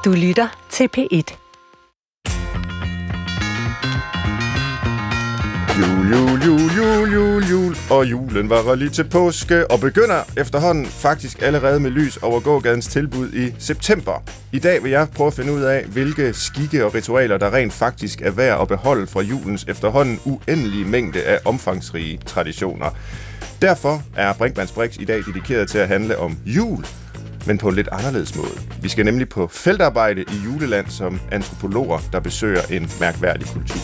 Du lytter til P1. Jul, og julen varer lige til påske og begynder efterhånden faktisk allerede med lys over gågadens tilbud i september. I dag vil jeg prøve at finde ud af, hvilke skikke og ritualer, der rent faktisk er værd at beholde fra julens efterhånden uendelige mængde af omfangsrige traditioner. Derfor er Brinkmanns Brix i dag dedikeret til at handle om jul, men på en lidt anderledes måde. Vi skal nemlig på feltarbejde i juleland som antropologer, der besøger en mærkværdig kultur.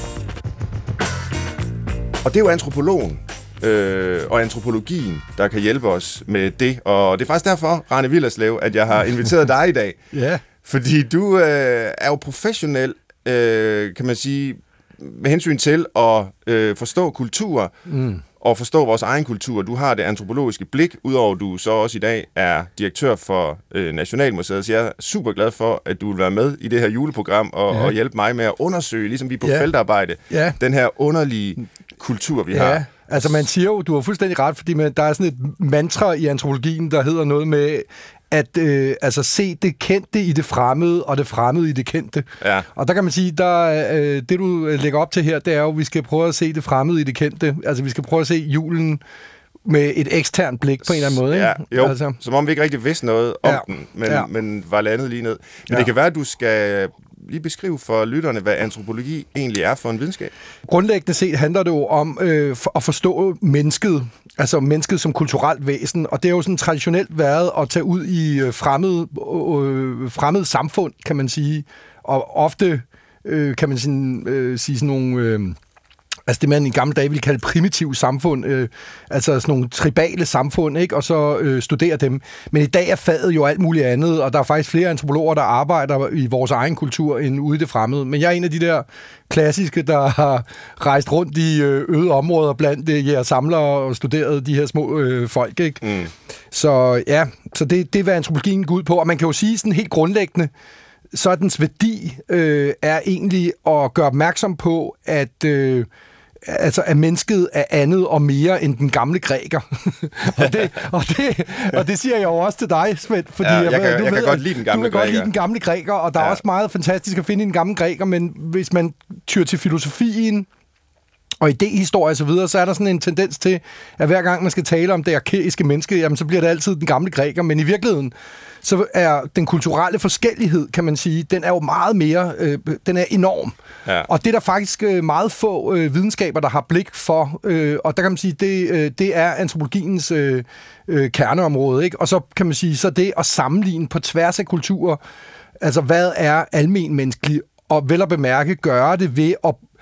Og det er jo antropologen og antropologien, der kan hjælpe os med det. Og det er faktisk derfor, Rane Willerslev, at jeg har inviteret dig i dag. Ja. Fordi du er jo professionel, kan man sige, med hensyn til at forstå kultur og forstå vores egen kultur. Du har det antropologiske blik, udover du så også i dag er direktør for Nationalmuseet. Så jeg er super glad for, at du vil være med i det her juleprogram og hjælpe mig med at undersøge, ligesom vi er på feltarbejde, den her underlige kultur, vi har. Altså man siger jo, du har fuldstændig ret, fordi der er sådan et mantra i antropologien, der hedder noget med at se det kendte i det fremmede, og det fremmede i det kendte. Ja. Og der kan man sige, det du lægger op til her, det er jo, at vi skal prøve at se det fremmede i det kendte. Altså vi skal prøve at se julen med et eksternt blik på en eller anden måde. Ja, ikke? jo, altså. Som om vi ikke rigtig vidste noget om den, men var landet lige ned. Men det kan være, at du skal lige beskrive for lytterne, hvad antropologi egentlig er for en videnskab. Grundlæggende set handler det jo om at forstå mennesket, altså mennesket som kulturelt væsen, og det er jo sådan traditionelt været at tage ud i fremmede samfund, kan man sige, og ofte kan man sige sådan nogle altså det man i gamle dage ville kalde primitive samfund, altså sådan nogle tribale samfund, ikke? Og så studere dem. Men i dag er faget jo alt muligt andet, og der er faktisk flere antropologer, der arbejder i vores egen kultur end ude i det fremmede. Men jeg er en af de der klassiske, der har rejst rundt i øde områder blandt jeres samlere og studeret de her små folk, ikke? Mm. Så ja, så det er, hvad antropologien går ud på. Og man kan jo sige sådan helt grundlæggende, så dens værdi er egentlig at gøre opmærksom på, at at mennesket er andet og mere end den gamle græker. og det siger jeg jo også til dig, Svend, fordi jeg kan godt lide den gamle græker. Du kan godt lide den gamle græker, og der er også meget fantastisk at finde i den gamle græker, men hvis man tyr til filosofien og idéhistorie og så videre, så er der sådan en tendens til, at hver gang man skal tale om det arkæiske menneske, jamen så bliver det altid den gamle græker, men i virkeligheden så er den kulturelle forskellighed, kan man sige, den er jo meget mere, den er enorm. Ja. Og det er der faktisk meget få videnskaber, der har blik for, og der kan man sige, det er antropologiens kerneområde, ikke? Og så kan man sige, så det at sammenligne på tværs af kulturer, altså hvad er almenmenneskeligt, og vel at bemærke, gøre det ved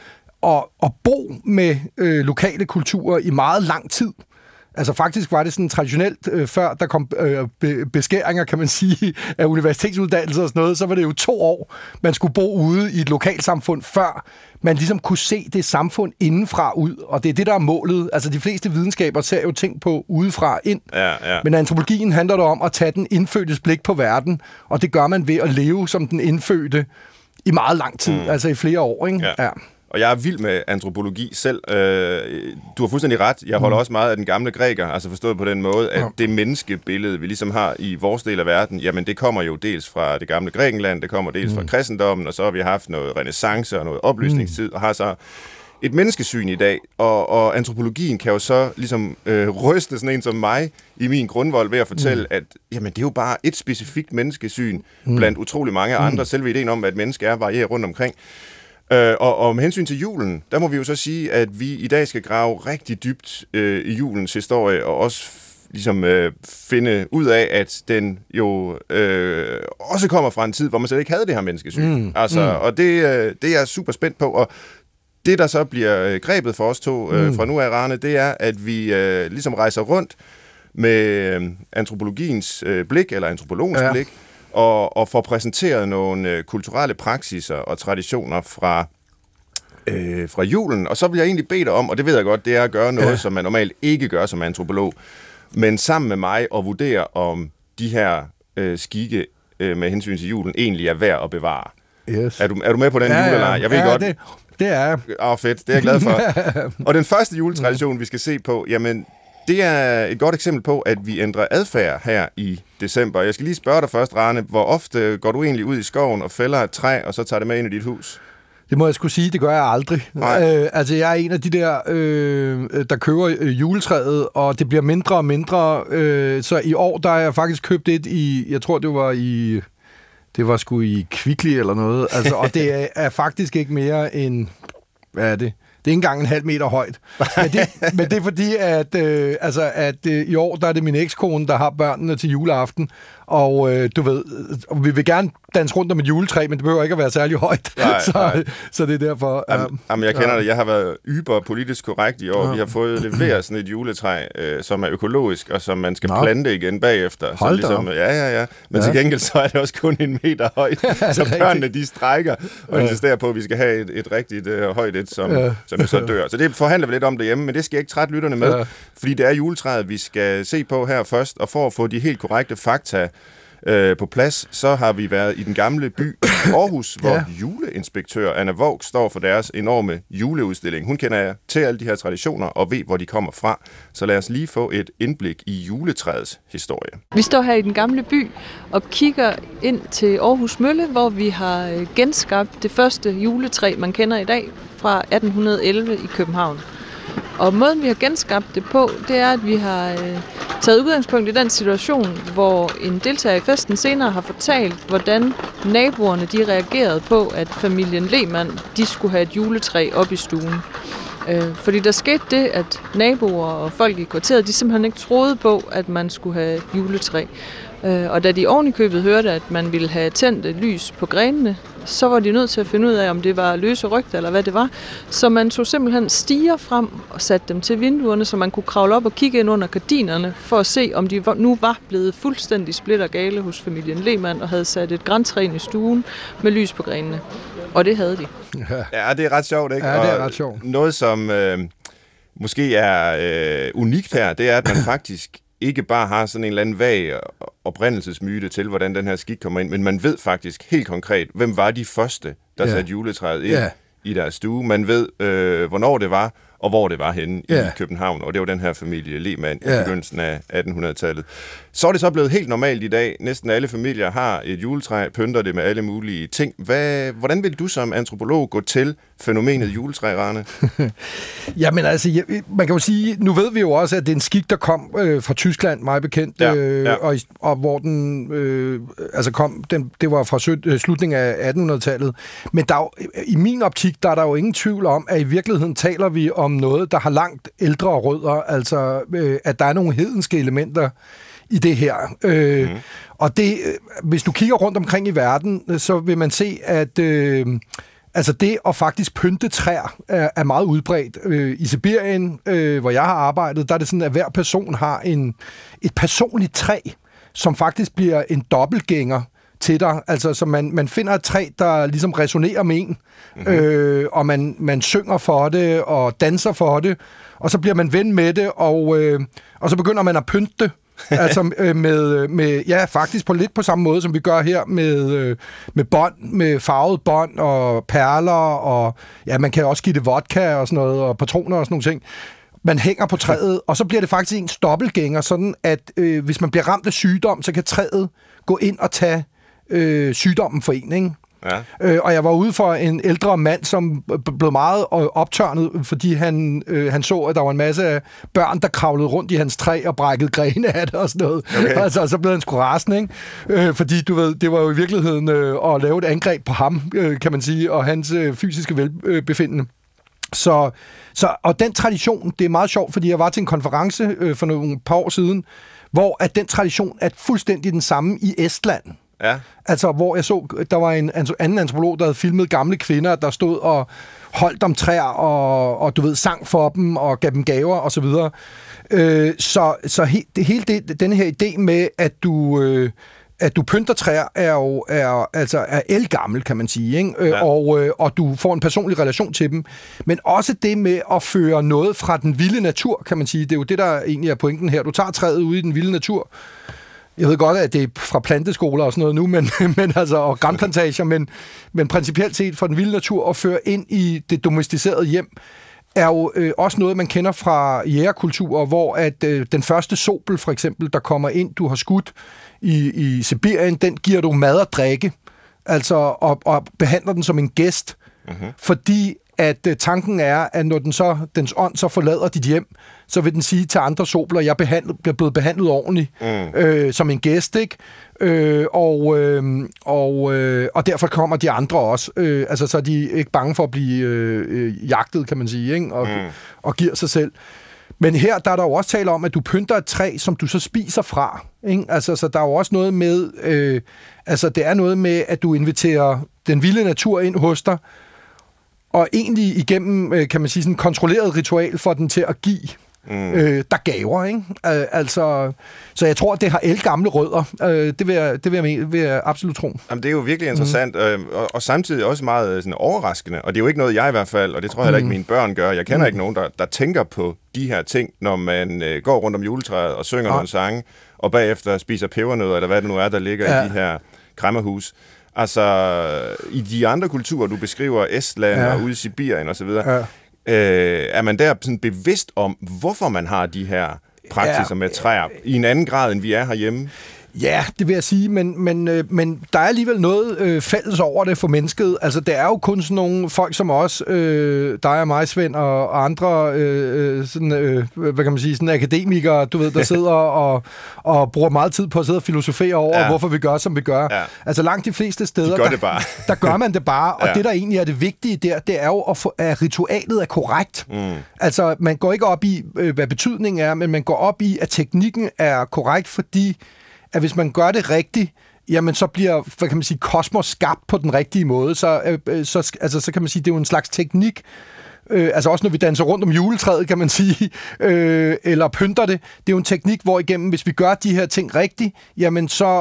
at bo med lokale kulturer i meget lang tid. Altså faktisk var det sådan traditionelt, før der kom beskæringer, kan man sige, af universitetsuddannelser og sådan noget, så var det jo 2 år, man skulle bo ude i et lokalsamfund, før man ligesom kunne se det samfund indenfra ud. Og det er det, der er målet. Altså de fleste videnskaber ser jo ting på udefra ind. Ja. Men antropologien handler der om at tage den indfødtes blik på verden, og det gør man ved at leve som den indfødte i meget lang tid, altså i flere år, ikke? Ja. Og jeg er vild med antropologi selv. Du har fuldstændig ret. Jeg holder også meget af den gamle græker, altså forstået på den måde, at det menneskebillede, vi ligesom har i vores del af verden, jamen det kommer jo dels fra det gamle Grækenland, det kommer dels fra kristendommen, og så har vi haft noget renæssance og noget oplysningstid, og har så et menneskesyn i dag. Og antropologien kan jo så ligesom ryste sådan en som mig i min grundvold ved at fortælle, at jamen, det er jo bare et specifikt menneskesyn blandt utrolig mange andre. Selve ideen om, at menneske er varierer rundt omkring. Og med hensyn til julen, der må vi jo så sige, at vi i dag skal grave rigtig dybt i julens historie, og også ligesom finde ud af, at den jo også kommer fra en tid, hvor man slet ikke havde det her menneskesyn. Og det er jeg super spændt på, og det, der så bliver grebet for os to fra nu af, Rane, det er, at vi ligesom rejser rundt med antropologiens blik, eller antropologens blik, og får præsenteret nogle kulturelle praksiser og traditioner fra julen. Og så vil jeg egentlig bede dig om, og det ved jeg godt, det er at gøre noget, som man normalt ikke gør som antropolog, men sammen med mig at vurdere, om de her skikke med hensyn til julen egentlig er værd at bevare. Yes. Er du med på den juleleg? Jeg ved godt. Det er jeg. Fedt, det er jeg glad for. Og den første juletradition, vi skal se på, jamen, Det er et godt eksempel på, at vi ændrer adfærd her i december. Jeg skal lige spørge dig først, Rane. Hvor ofte går du egentlig ud i skoven og fælder et træ, og så tager det med ind i dit hus? Det må jeg skulle sige, det gør jeg aldrig. Altså, jeg er en af de der køber juletræet, og det bliver mindre og mindre. Så i år, der har jeg faktisk købt et i, jeg tror, det var sgu i Kvickly eller noget. Altså, og det er faktisk ikke mere end, hvad er det? Det er ikke engang 1,5 meter højt. Men det er fordi, at i år, der er det min ekskone, der har børnene til juleaften. Og du ved, vi vil gerne danse rundt om et juletræ, men det behøver ikke at være særlig højt. Nej. Så det er derfor... Jamen, jeg kender det. Jeg har været politisk korrekt i år. Ja. Vi har fået leveret sådan et juletræ, som er økologisk, og som man skal plante igen bagefter. Hold så ligesom, ja. Men til gengæld så er det også kun 1 meter højt. Så børnene, de strækker og insisterer på, at vi skal have et rigtigt højt et, som så dør. Så det forhandler vi lidt om derhjemme, men det skal jeg ikke trætte lytterne med, fordi det er juletræet, vi skal se på her først, og for at få de helt korrekte fakta på plads, så har vi været i den gamle by Aarhus, hvor juleinspektør Anna Våg står for deres enorme juleudstilling. Hun kender til alle de her traditioner og ved, hvor de kommer fra. Så lad os lige få et indblik i juletræets historie. Vi står her i den gamle by og kigger ind til Aarhus Mølle, hvor vi har genskabt det første juletræ, man kender i dag, fra 1811 i København. Og måden, vi har genskabt det på, det er, at vi har taget udgangspunkt i den situation, hvor en deltager i festen senere har fortalt, hvordan naboerne de reagerede på, at familien Lehmann de skulle have et juletræ op i stuen. Fordi der skete det, at naboer og folk i kvarteret, de simpelthen ikke troede på, at man skulle have juletræ. Og da de ovenikøbet hørte, at man ville have tændt lys på grenene, så var de nødt til at finde ud af, om det var løse rygter eller hvad det var. Så man tog simpelthen stiger frem og satte dem til vinduerne, så man kunne kravle op og kigge ind under gardinerne, for at se, om de nu var blevet fuldstændig splittergale hos familien Lehmann og havde sat et grantræ ind i stuen med lys på grenene. Og det havde de. Ja, det er ret sjovt, ikke? Ja, det er ret sjovt. Noget, som måske er unikt her, det er, at man faktisk ikke bare har sådan en eller anden vag oprindelsesmyte til, hvordan den her skik kommer ind, men man ved faktisk helt konkret, hvem var de første, der satte juletræet ind i deres stue. Man ved, hvornår det var, og hvor det var henne i København, og det var den her familie Lehmann i begyndelsen af 1800-tallet. Så er det så blevet helt normalt i dag. Næsten alle familier har et juletræ, pynter det med alle mulige ting. Hvordan vil du som antropolog gå til fænomenet juletræ, Rane? Jamen altså, man kan jo sige, nu ved vi jo også, at det er en skik, der kom fra Tyskland, meget bekendt, og hvor den kom, det var fra slutningen af 1800-tallet. Men der er jo, i min optik, der er der jo ingen tvivl om, at i virkeligheden taler vi om noget, der har langt ældre rødder, altså at der er nogle hedenske elementer i det her. Og det, hvis du kigger rundt omkring i verden, så vil man se, at altså det at faktisk pynte træer er meget udbredt. I Sibirien, hvor jeg har arbejdet, der er det sådan, at hver person har et personligt træ, som faktisk bliver en dobbeltgænger til dig. Altså, så man finder et træ, der ligesom resonerer med en, og man synger for det, og danser for det, og så bliver man ven med det, og så begynder man at pynte det. Altså med faktisk lidt på samme måde, som vi gør her med bånd, med farvet bånd og perler, og man kan også give det vodka og sådan noget, og patroner og sådan nogle ting. Man hænger på træet, og så bliver det faktisk ens dobbeltgænger, sådan at hvis man bliver ramt af sygdom, så kan træet gå ind og tage sygdommen for en, ikke? Ja. Og jeg var ude for en ældre mand, som blev meget optørnet, fordi han så, at der var en masse af børn, der kravlede rundt i hans træ og brækkede grene af det og sådan noget. Okay. Altså, så blev han sgu rasende, ikke? Fordi, du ved, det var jo i virkeligheden at lave et angreb på ham, kan man sige, og hans fysiske velbefindende. Og den tradition, det er meget sjovt, fordi jeg var til en konference for nogle par år siden, hvor at den tradition er fuldstændig den samme i Estland. Ja. Altså, hvor jeg så, der var en anden antropolog, der havde filmet gamle kvinder, der stod og holdt om træer, og du ved, sang for dem, og gav dem gaver, og så videre. Hele den her idé med, at du pynter træer, er ældgammel, kan man sige, ikke? Ja. Og du får en personlig relation til dem. Men også det med at føre noget fra den vilde natur, kan man sige. Det er jo det, der egentlig er pointen her. Du tager træet ude i den vilde natur. Jeg ved godt, at det er fra planteskoler og sådan noget nu, men altså, og grænplantager, men principielt set fra den vilde natur og føre ind i det domesticerede hjem, er jo også noget, man kender fra jægerkulturer, hvor at den første sobel, for eksempel, der kommer ind, du har skudt i Sibirien, den giver du mad og drikke, altså og behandler den som en gæst, fordi at tanken er, at når dens ånd så forlader dit hjem, så vil den sige til andre sobler, jeg bliver blevet behandlet ordentligt som en gæst, ikke? Og derfor kommer de andre også. Altså, så er de ikke bange for at blive jagtet, kan man sige, ikke? Og giver sig selv. Men her, der er der jo også tale om, at du pynter et træ, som du så spiser fra. Ikke? Altså, så der er jo også noget med, det er noget med, at du inviterer den vilde natur ind hos dig, og egentlig igennem, kan man sige, sådan en kontrolleret ritual for den til at give der gaver, ikke? Så jeg tror, at det har ældgamle rødder. Det vil jeg absolut tro. Jamen, det er jo virkelig interessant, og samtidig også meget sådan overraskende. Og det er jo ikke noget, jeg i hvert fald, og det tror jeg heller ikke mine børn gør. Jeg kender ikke nogen, der tænker på de her ting, når man går rundt om juletræet og synger nogle sange, og bagefter spiser pebernødder, eller hvad det nu er, der ligger i de her kræmmerhus. Altså, i de andre kulturer, du beskriver, Estland og ude i Sibirien osv., er man der sådan bevidst om, hvorfor man har de her praksiser med træer i en anden grad, end vi er herhjemme? Ja, det vil jeg sige, men der er alligevel noget fælles over det for mennesket. Altså, det er jo kun sådan nogle folk som os, dig og mig, Svend, og andre hvad kan man sige, sådan akademikere, du ved, der sidder og bruger meget tid på at sidde og filosofere over, hvorfor vi gør, som vi gør. Ja. Altså, langt de fleste steder, der gør man det bare, og det, der egentlig er det vigtige der, det er jo, at ritualet er korrekt. Altså, man går ikke op i, hvad betydningen er, men man går op i, at teknikken er korrekt, fordi at hvis man gør det rigtigt, jamen så bliver, hvad kan man sige, kosmos skabt på den rigtige måde. Så kan man sige, det er jo en slags teknik. Altså også når vi danser rundt om juletræet, kan man sige, eller pynter det. Det er jo en teknik, hvor igennem, hvis vi gør de her ting rigtigt, jamen så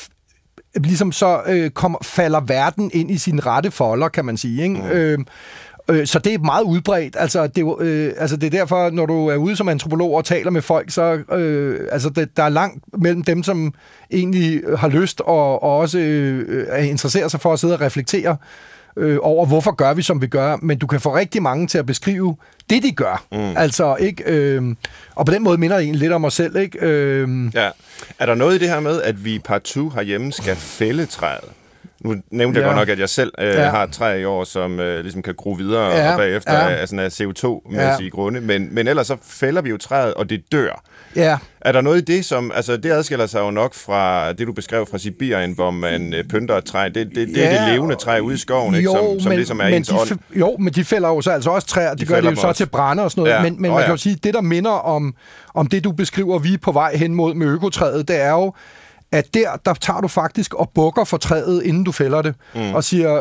falder verden ind i sin rette folder, kan man sige, ikke? Så det er meget udbredt. Altså, det er derfor, når du er ude som antropolog og taler med folk, så der er langt mellem dem, som egentlig har lyst og også interesserer sig for at sidde og reflektere over, hvorfor gør vi, som vi gør. Men du kan få rigtig mange til at beskrive det, de gør. Altså, ikke? Og på den måde minder det egentlig lidt om os selv, ikke? Ja. Er der noget i det her med, at vi partout herhjemme skal fælde træet? Nu nævnte jeg godt nok, at jeg selv har et træ i år, som ligesom kan gro videre og bagefter af CO2-mæssige grunde. Men ellers så fælder vi jo træet, og det dør. Ja. Er der noget i det, som... Altså, det adskiller sig jo nok fra det, du beskrev fra Sibirien, hvor man pynter et træ. Det er det levende træ ude i skoven, ikke? Som ligesom er ens ånd. Jo, men de fælder jo så altså også træer. De gør det jo så til brænde og sådan noget. Men man kan jo sige, det, der minder om det, du beskriver, vi er på vej hen mod med økotræet, det er jo, at der tager du faktisk og bukker for træet, inden du fælder det, og siger,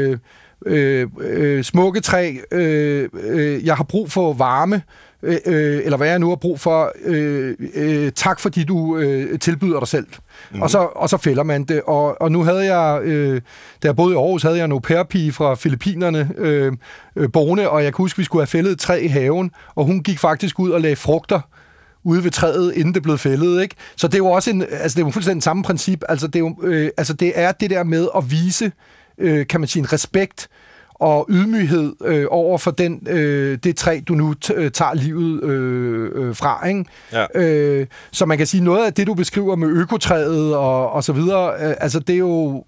smukke træ, jeg har brug for varme, eller hvad jeg nu har brug for, tak fordi du tilbyder dig selv. Og så fælder man det. Og nu havde jeg, da jeg boede i Aarhus, havde jeg en au pair-pige fra Filippinerne boende, og jeg kunne huske, vi skulle have fældet et træ i haven, og hun gik faktisk ud og lagde frugter ude ved træet, inden det blev fældet, ikke? Så det er jo også det er jo fuldstændig samme princip. Altså det er jo, det er det der med at vise, kan man sige, en respekt og ydmyghed over for det træ, du nu tager livet fra, ikke? Ja. Så man kan sige, noget af det, du beskriver med økotræet og så videre, altså det er jo...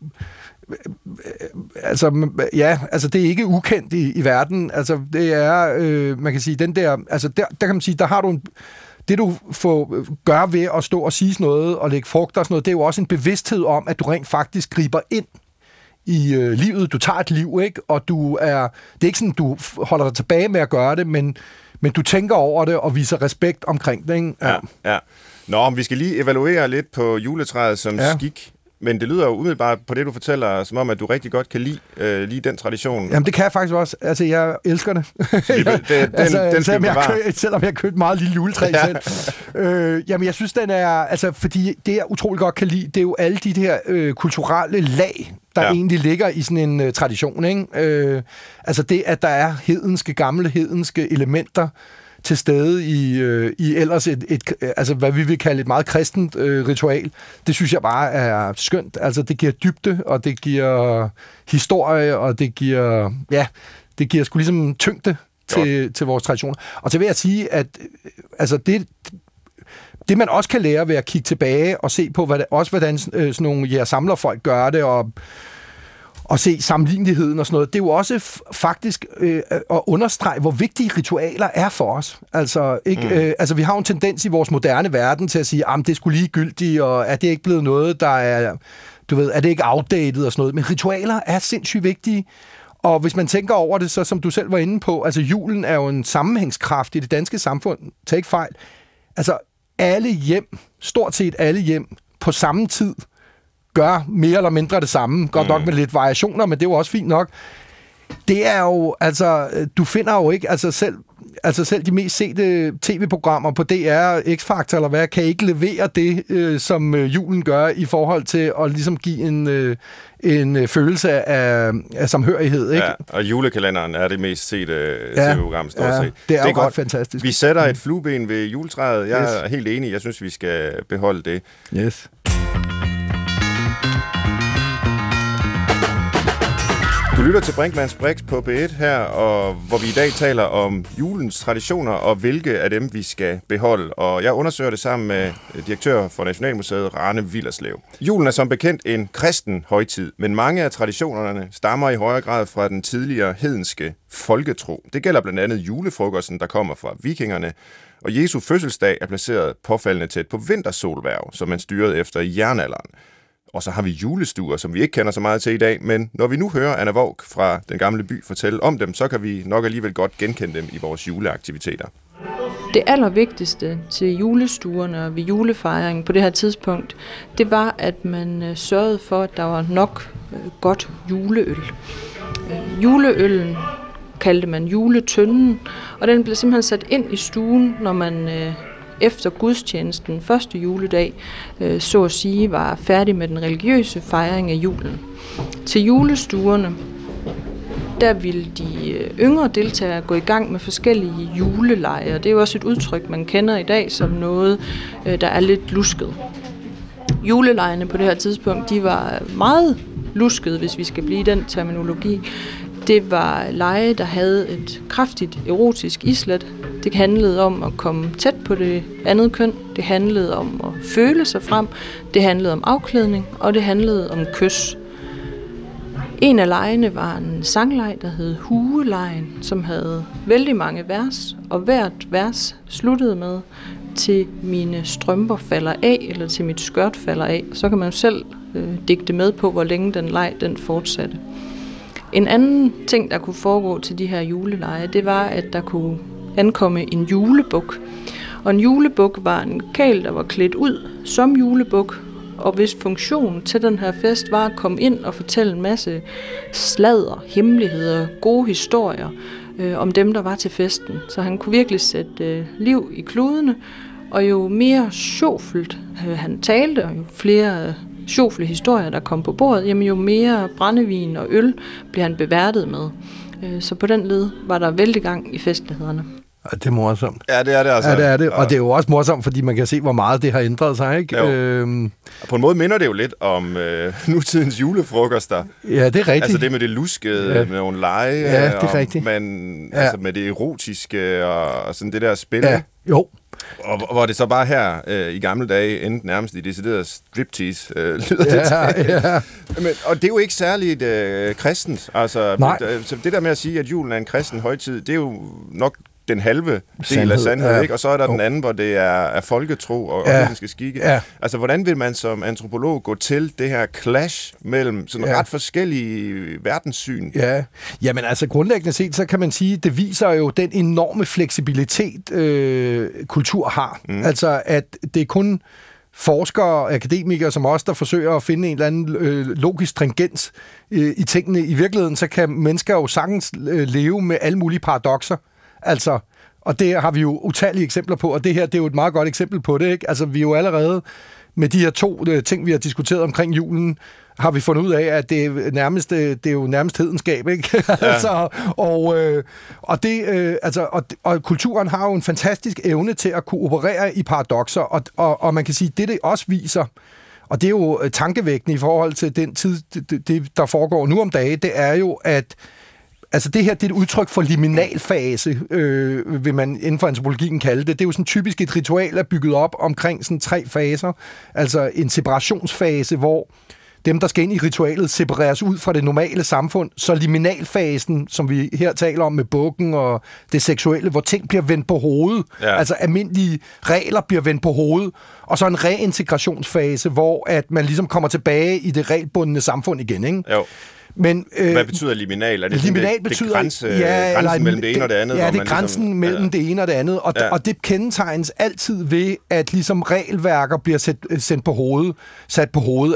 det er ikke ukendt i verden. Altså det er, man kan sige, den der... Altså der kan man sige, der har du det, du gør ved at stå og sige noget og lægge frugter og sådan noget, det er jo også en bevidsthed om, at du rent faktisk griber ind i livet. Du tager et liv, ikke? Og det er ikke sådan, du holder dig tilbage med at gøre det, men du tænker over det og viser respekt omkring det, ikke? Ja. Nå, vi skal lige evaluere lidt på juletræet som skik. Men det lyder jo umiddelbart på det, du fortæller, som om, at du rigtig godt kan lide lige den tradition. Jamen, det kan jeg faktisk også. Altså, jeg elsker det. Selvom jeg har købt meget lille juletræ selv. Jamen, jeg synes, den er... Altså, fordi det, jeg utrolig godt kan lide, det er jo alle de her kulturelle lag, der egentlig ligger i sådan en tradition, ikke? Altså, det, at der er gamle hedenske elementer til stede i ellers altså hvad vi vil kalde et meget kristent ritual. Det synes jeg bare er skønt. Altså det giver dybde, og det giver historie, og det giver sgu ligesom tyngde til vores traditioner. Og så vil jeg sige, at altså det man også kan lære ved at kigge tilbage og se på, hvordan sådan nogle samlerfolk gør det, og se sammenligneligheden og sådan noget, det er jo også faktisk at understrege, hvor vigtige ritualer er for os. Altså, ikke, altså vi har jo en tendens i vores moderne verden til at sige, det er sgu ligegyldigt, og er det ikke blevet noget, der er, du ved, er det ikke outdated og sådan noget. Men ritualer er sindssygt vigtige, og hvis man tænker over det, så som du selv var inde på, altså julen er jo en sammenhængskraft i det danske samfund. Tag ikke fejl. Altså alle hjem, stort set alle hjem, på samme tid, gør mere eller mindre det samme. Godt nok med lidt variationer, men det er jo også fint nok. Det er jo, altså, du finder jo ikke, selv de mest sete tv-programmer på DR, X-Factor eller hvad, kan ikke levere det, som julen gør i forhold til at ligesom give en følelse af samhørighed, ikke? Ja, og julekalenderen er det mest sete tv-program, stort set. Det er jo godt fantastisk. Vi sætter et flueben ved juletræet. Jeg er helt enig. Jeg synes, vi skal beholde det. Yes. Du lytter til Brinkmanns Brix på P1 her, og hvor vi i dag taler om julens traditioner og hvilke af dem vi skal beholde. Og jeg undersøger det sammen med direktør for Nationalmuseet, Rane Willerslev. Julen er som bekendt en kristen højtid, men mange af traditionerne stammer i højere grad fra den tidligere hedenske folketro. Det gælder blandt andet julefrokosten, der kommer fra vikingerne, og Jesu fødselsdag er placeret påfaldende tæt på vintersolhverv, som man styrede efter i jernalderen. Og så har vi julestuer, som vi ikke kender så meget til i dag, men når vi nu hører Anna Våg fra Den Gamle By fortælle om dem, så kan vi nok alligevel godt genkende dem i vores juleaktiviteter. Det allervigtigste til julestuerne og ved julefejringen på det her tidspunkt, det var, at man sørgede for, at der var nok godt juleøl. Juleøllen kaldte man juletønden, og den blev simpelthen sat ind i stuen, når man efter gudstjenesten første juledag, så at sige, var færdig med den religiøse fejring af julen. Til julestuerne, der ville de yngre deltagere gå i gang med forskellige julelege, og det er jo også et udtryk, man kender i dag som noget, der er lidt lusket. Julelejene på det her tidspunkt, de var meget luskede, hvis vi skal blive i den terminologi. Det var lege, der havde et kraftigt erotisk islet. Det handlede om at komme tæt på det andet køn. Det handlede om at føle sig frem. Det handlede om afklædning, og det handlede om kys. En af legene var en sangleg, der hed Huelejen, som havde vældig mange vers, og hvert vers sluttede med til mine strømper falder af, eller til mit skørt falder af. Så kan man selv digte med på, hvor længe den leg den fortsatte. En anden ting, der kunne foregå til de her julelege, det var, at der kunne ankomme en julebuk. Og en julebuk var en karl, der var klædt ud som julebuk, og hvis funktionen til den her fest var at komme ind og fortælle en masse sladder, hemmeligheder, gode historier om dem, der var til festen. Så han kunne virkelig sætte liv i kludene, og jo mere sjovfuldt han talte, og jo flere sjovfulde historier, der kom på bordet, jamen jo mere brændevin og øl blev han beværtet med. Så på den led var der vældig gang i festlighederne. Ja, det er morsomt. Ja, det er det altså. Ja, det er det. Og det er jo også morsomt, fordi man kan se, hvor meget det har ændret sig, ikke? Og på en måde minder det jo lidt om nutidens julefrokoster. Ja, det er rigtigt. Altså det med det luskede, med nogle lege, ja, det er rigtigt. Men altså med det erotiske og sådan det der spil. Ja, jo. Og hvor det så bare her i gamle dage endte nærmest i decideret striptease, lyder det til. Ja. Og det er jo ikke særligt kristent. Altså, så det der med at sige, at julen er en kristen højtid, det er jo nok den halve del af sandhed, ikke? Og så er der den anden, hvor det er folketro og hedenske skikke. Ja. Altså, hvordan vil man som antropolog gå til det her clash mellem sådan ret forskellige verdenssyn? Ja, jamen altså grundlæggende set, så kan man sige, det viser jo den enorme fleksibilitet, kultur har. Altså, at det er kun forskere og akademikere som os, der forsøger at finde en eller anden logisk stringens i tingene. I virkeligheden, så kan mennesker jo sagtens leve med alle mulige paradokser. Altså, og det har vi jo utallige eksempler på, og det her, det er jo et meget godt eksempel på det, ikke? Altså, vi er jo allerede med de her to ting, vi har diskuteret omkring julen, har vi fundet ud af, at det er jo nærmest hedenskab, ikke? Ja. Altså, og kulturen har jo en fantastisk evne til at kunne operere i paradokser, og man kan sige, det også viser, og det er jo tankevækkende i forhold til den tid, det der foregår nu om dagen, det er jo, at Altså det her, det er et udtryk for liminalfase, vil man inden for antropologien kalde det. Det er jo sådan typisk et ritual, er bygget op omkring sådan 3 faser. Altså en separationsfase, hvor dem, der skal ind i ritualet, separeres ud fra det normale samfund. Så liminalfasen, som vi her taler om med bukken og det seksuelle, hvor ting bliver vendt på hovedet. Ja. Altså almindelige regler bliver vendt på hovedet. Og så en reintegrationsfase, hvor at man ligesom kommer tilbage i det regelbundne samfund igen, ikke? Jo. Men, hvad betyder liminal? Er det liminal det betyder, grænsen mellem det ene og det andet? Ja, det er grænsen ligesom, mellem det ene og det andet. Og det kendetegnes altid ved, at ligesom regelværker bliver sat på hovedet.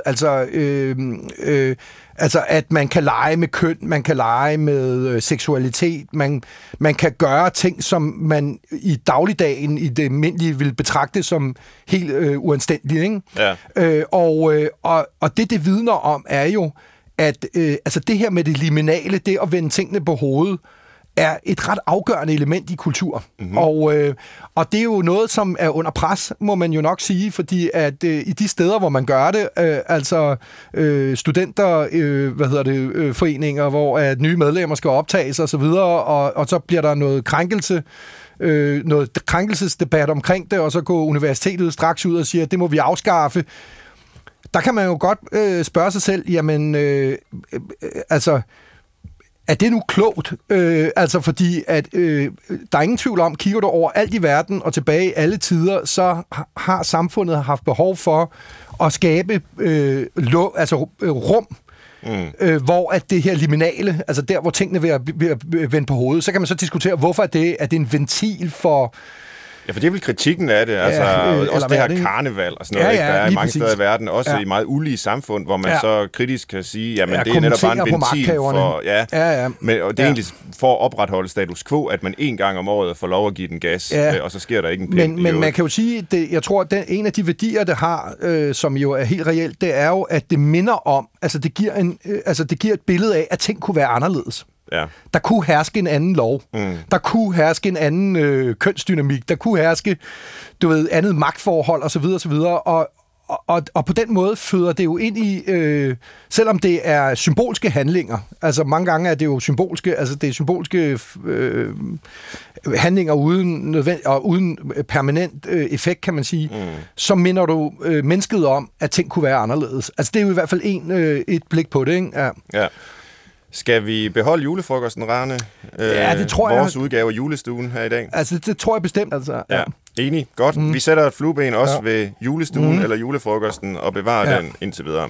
Altså, at man kan lege med køn, man kan lege med seksualitet, man kan gøre ting, som man i dagligdagen, i det almindelige, vil betragte som helt uanstændigt, ikke? Ja. Og det vidner om, er jo, at altså det her med det liminale, det at vende tingene på hovedet, er et ret afgørende element i kultur. Mm-hmm. Og det er jo noget, som er under pres, må man jo nok sige, fordi at i de steder, hvor man gør det, studenter, foreninger, hvor at nye medlemmer skal optages og så videre, og så bliver der noget krænkelsesdebat omkring det, og så går universitetet straks ud og siger, at det må vi afskaffe. Der kan man jo godt spørge sig selv, jamen, er det nu klogt? Fordi at der er ingen tvivl om, kigger du over alt i verden og tilbage i alle tider, så har samfundet haft behov for at skabe rum, hvor at det her liminale, altså der, hvor tingene vil vende på hovedet, så kan man så diskutere, hvorfor er det en ventil for... Ja, for det er vel kritikken af det, altså også det her karneval og sådan noget, der er mange steder i verden, også i meget ulige samfund, hvor man så kritisk kan sige, jamen det er netop bare en ventil for, men, og det er egentlig for at opretholde status quo, at man en gang om året får lov at give den gas, og så sker der ikke en pind. Men man kan jo sige, jeg tror, at en af de værdier, det har, som jo er helt reelt, det er jo, at det minder om, altså det giver et billede af, at ting kunne være anderledes. Ja. Der kunne herske en anden lov. Der kunne herske en anden kønsdynamik. Der kunne herske, andet magtforhold osv. Og på den måde føder det jo ind i, selvom det er symbolske handlinger, altså mange gange er det jo symbolske, altså det er symbolske handlinger uden permanent effekt, kan man sige, så minder du mennesket om, at ting kunne være anderledes. Altså det er jo i hvert fald et blik på det, ikke? Ja. Skal vi beholde julefrokosten, Rane? Ja, det tror jeg. Vores udgave af julestuen her i dag. Altså, det tror jeg bestemt, altså. Ja, enig. Godt. Vi sætter et flueben også ved julestuen eller julefrokosten og bevarer den indtil videre.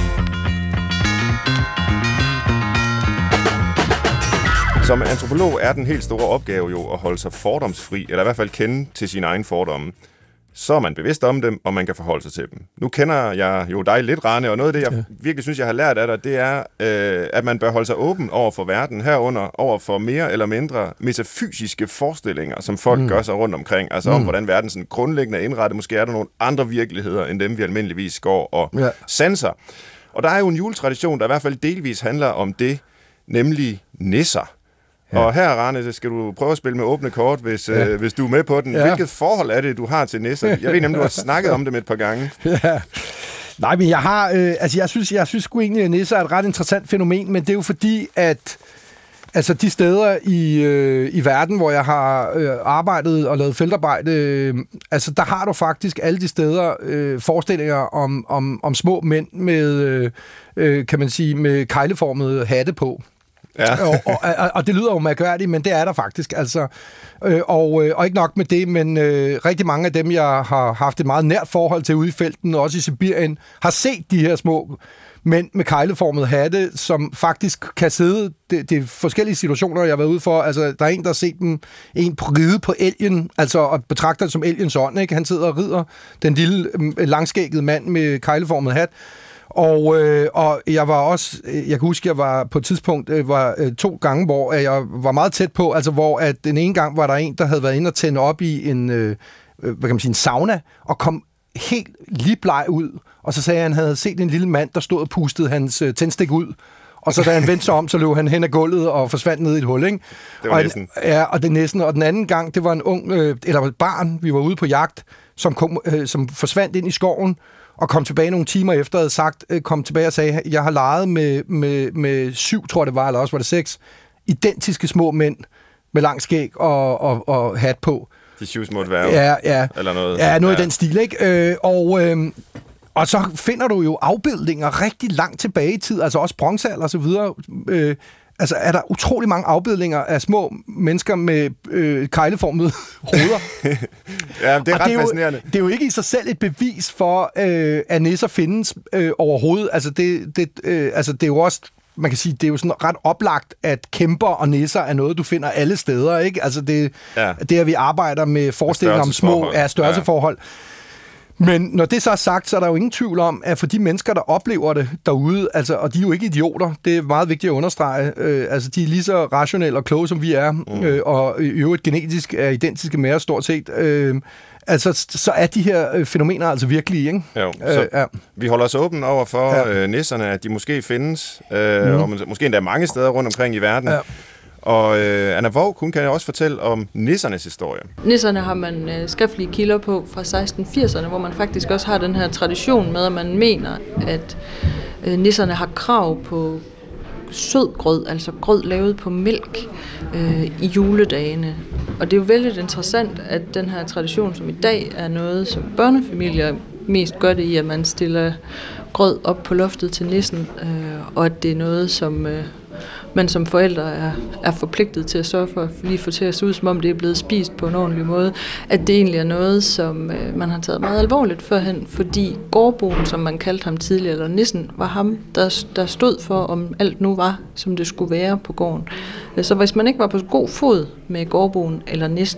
Som antropolog er den helt store opgave jo at holde sig fordomsfri, eller i hvert fald kende til sine egne fordomme. Så er man bevidst om dem, og man kan forholde sig til dem. Nu kender jeg jo dig lidt, Rane, og noget af det, jeg virkelig synes, jeg har lært af dig, det er, at man bør holde sig åben over for verden, herunder over for mere eller mindre metafysiske forestillinger, som folk gør sig rundt omkring, altså om, hvordan verden sådan grundlæggende er indrettet. Måske er der nogle andre virkeligheder, end dem, vi almindeligvis går og sanser. Og der er jo en juletradition, der i hvert fald delvis handler om det, nemlig nisser. Ja. Og her, Rane, skal du prøve at spille med åbne kort, hvis du er med på den. Ja. Hvilket forhold er det, du har til nisser? Jeg ved nemlig, du har snakket om dem et par gange. Ja. Nej, men jeg har... jeg synes sgu egentlig, at nisser er et ret interessant fænomen, men det er jo fordi, at altså de steder i verden, hvor jeg har arbejdet og lavet feltarbejde, altså der har du faktisk alle de steder forestillinger om små mænd med, kan man sige, med kegleformede hatte på. Ja. og det lyder jo mærkværdigt, men det er der faktisk. Altså, og ikke nok med det, men rigtig mange af dem, jeg har haft et meget nært forhold til ude i felten, og også i Sibirien, har set de her små mænd med kegleformede hatte, som faktisk kan sidde... Det er forskellige situationer, jeg har været ude for. Altså, der er en, der har set dem ride på elgen, altså og betragter det som elgens ånd, ikke? Han sidder og rider den lille langskæggede mand med kegleformet hat. Og jeg var også, jeg kan huske, jeg var på et tidspunkt 2 gange, hvor jeg var meget tæt på, altså hvor at den ene gang var der en, der havde været inde og tænde op i en sauna, og kom helt lige bleg ud, og så sagde han, at han havde set en lille mand, der stod og pustede hans tændstik ud, og så da han vendte sig om, så løb han hen ad gulvet og forsvandt ned i et hul, ikke? Det var næsten. Ja, og det næsten. Og den anden gang, det var en ung, eller et barn, vi var ude på jagt, som forsvandt ind i skoven, og kom tilbage nogle timer efter, havde sagt, kom tilbage og sagde, jeg har leget med 7, tror jeg det var, eller også var det 6, identiske små mænd med lang skæg og hat på. De 7 små dværge. Ja. Eller noget. Ja, noget i den stil, ikke? Og så finder du jo afbildninger rigtig langt tilbage i tid, altså også bronzealder og så videre. Altså er der utrolig mange afbildninger af små mennesker med kegleformede hoveder. Ja, det er ret fascinerende. Det er jo ikke i sig selv et bevis for, at nisser findes overhovedet. Altså det er jo også, man kan sige, det er jo sådan ret oplagt, at kæmper og nisser er noget, du finder alle steder, ikke? Altså det at vi arbejder med forestillinger om små størrelseforhold. Men når det så er sagt, så er der jo ingen tvivl om, at for de mennesker, der oplever det derude, altså, og de er jo ikke idioter, det er meget vigtigt at understrege, altså de er lige så rationelle og kloge, som vi er, og i øvrigt genetisk er identiske med os stort set, altså så er de her fænomener altså virkelige, ikke? Jo, så vi holder os åbne over for nisserne, at de måske findes, og måske endda mange steder rundt omkring i verden. Ja. Og Anna Våg, hun kan også fortælle om nissernes historie. Nisserne har man skriftlige kilder på fra 1680'erne, hvor man faktisk også har den her tradition med, at man mener, at nisserne har krav på sødgrød, altså grød lavet på mælk i juledagene. Og det er jo vældig interessant, at den her tradition, som i dag er noget, som børnefamilier mest gør det i, at man stiller grød op på loftet til nissen, og at det er noget, som man som forældre er forpligtet til at sørge for at lige få til at se ud, som om det er blevet spist på en ordentlig måde, at det egentlig er noget, som man har taget meget alvorligt førhen, fordi gårdboen, som man kaldte ham tidligere, eller nissen, var ham, der stod for, om alt nu var, som det skulle være på gården. Så hvis man ikke var på god fod med gårdboen eller nissen,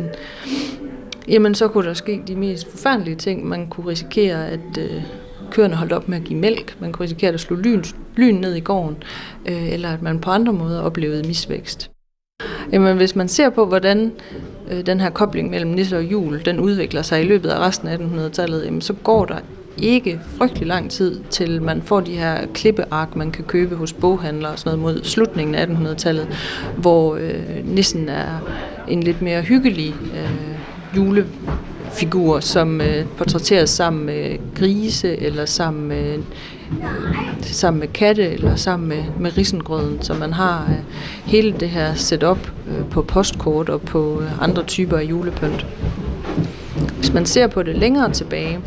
jamen så kunne der ske de mest forfærdelige ting. Man kunne risikere, at køerne holdt op med at give mælk. Man kunne risikere at slå lyn ned i gården, eller at man på andre måder oplevede misvækst. Jamen, hvis man ser på, hvordan den her kobling mellem nisse og jul, den udvikler sig i løbet af resten af 1800-tallet, jamen, så går der ikke frygtelig lang tid, til man får de her klippeark, man kan købe hos boghandlere og sådan noget mod slutningen af 1800-tallet, hvor nissen er en lidt mere hyggelig julefigur, som portrætteres sammen med grise, eller sammen med katte, eller sammen med risengrøden, så man har hele det her setup på postkort og på andre typer af julepynt. Hvis man ser på det længere tilbage,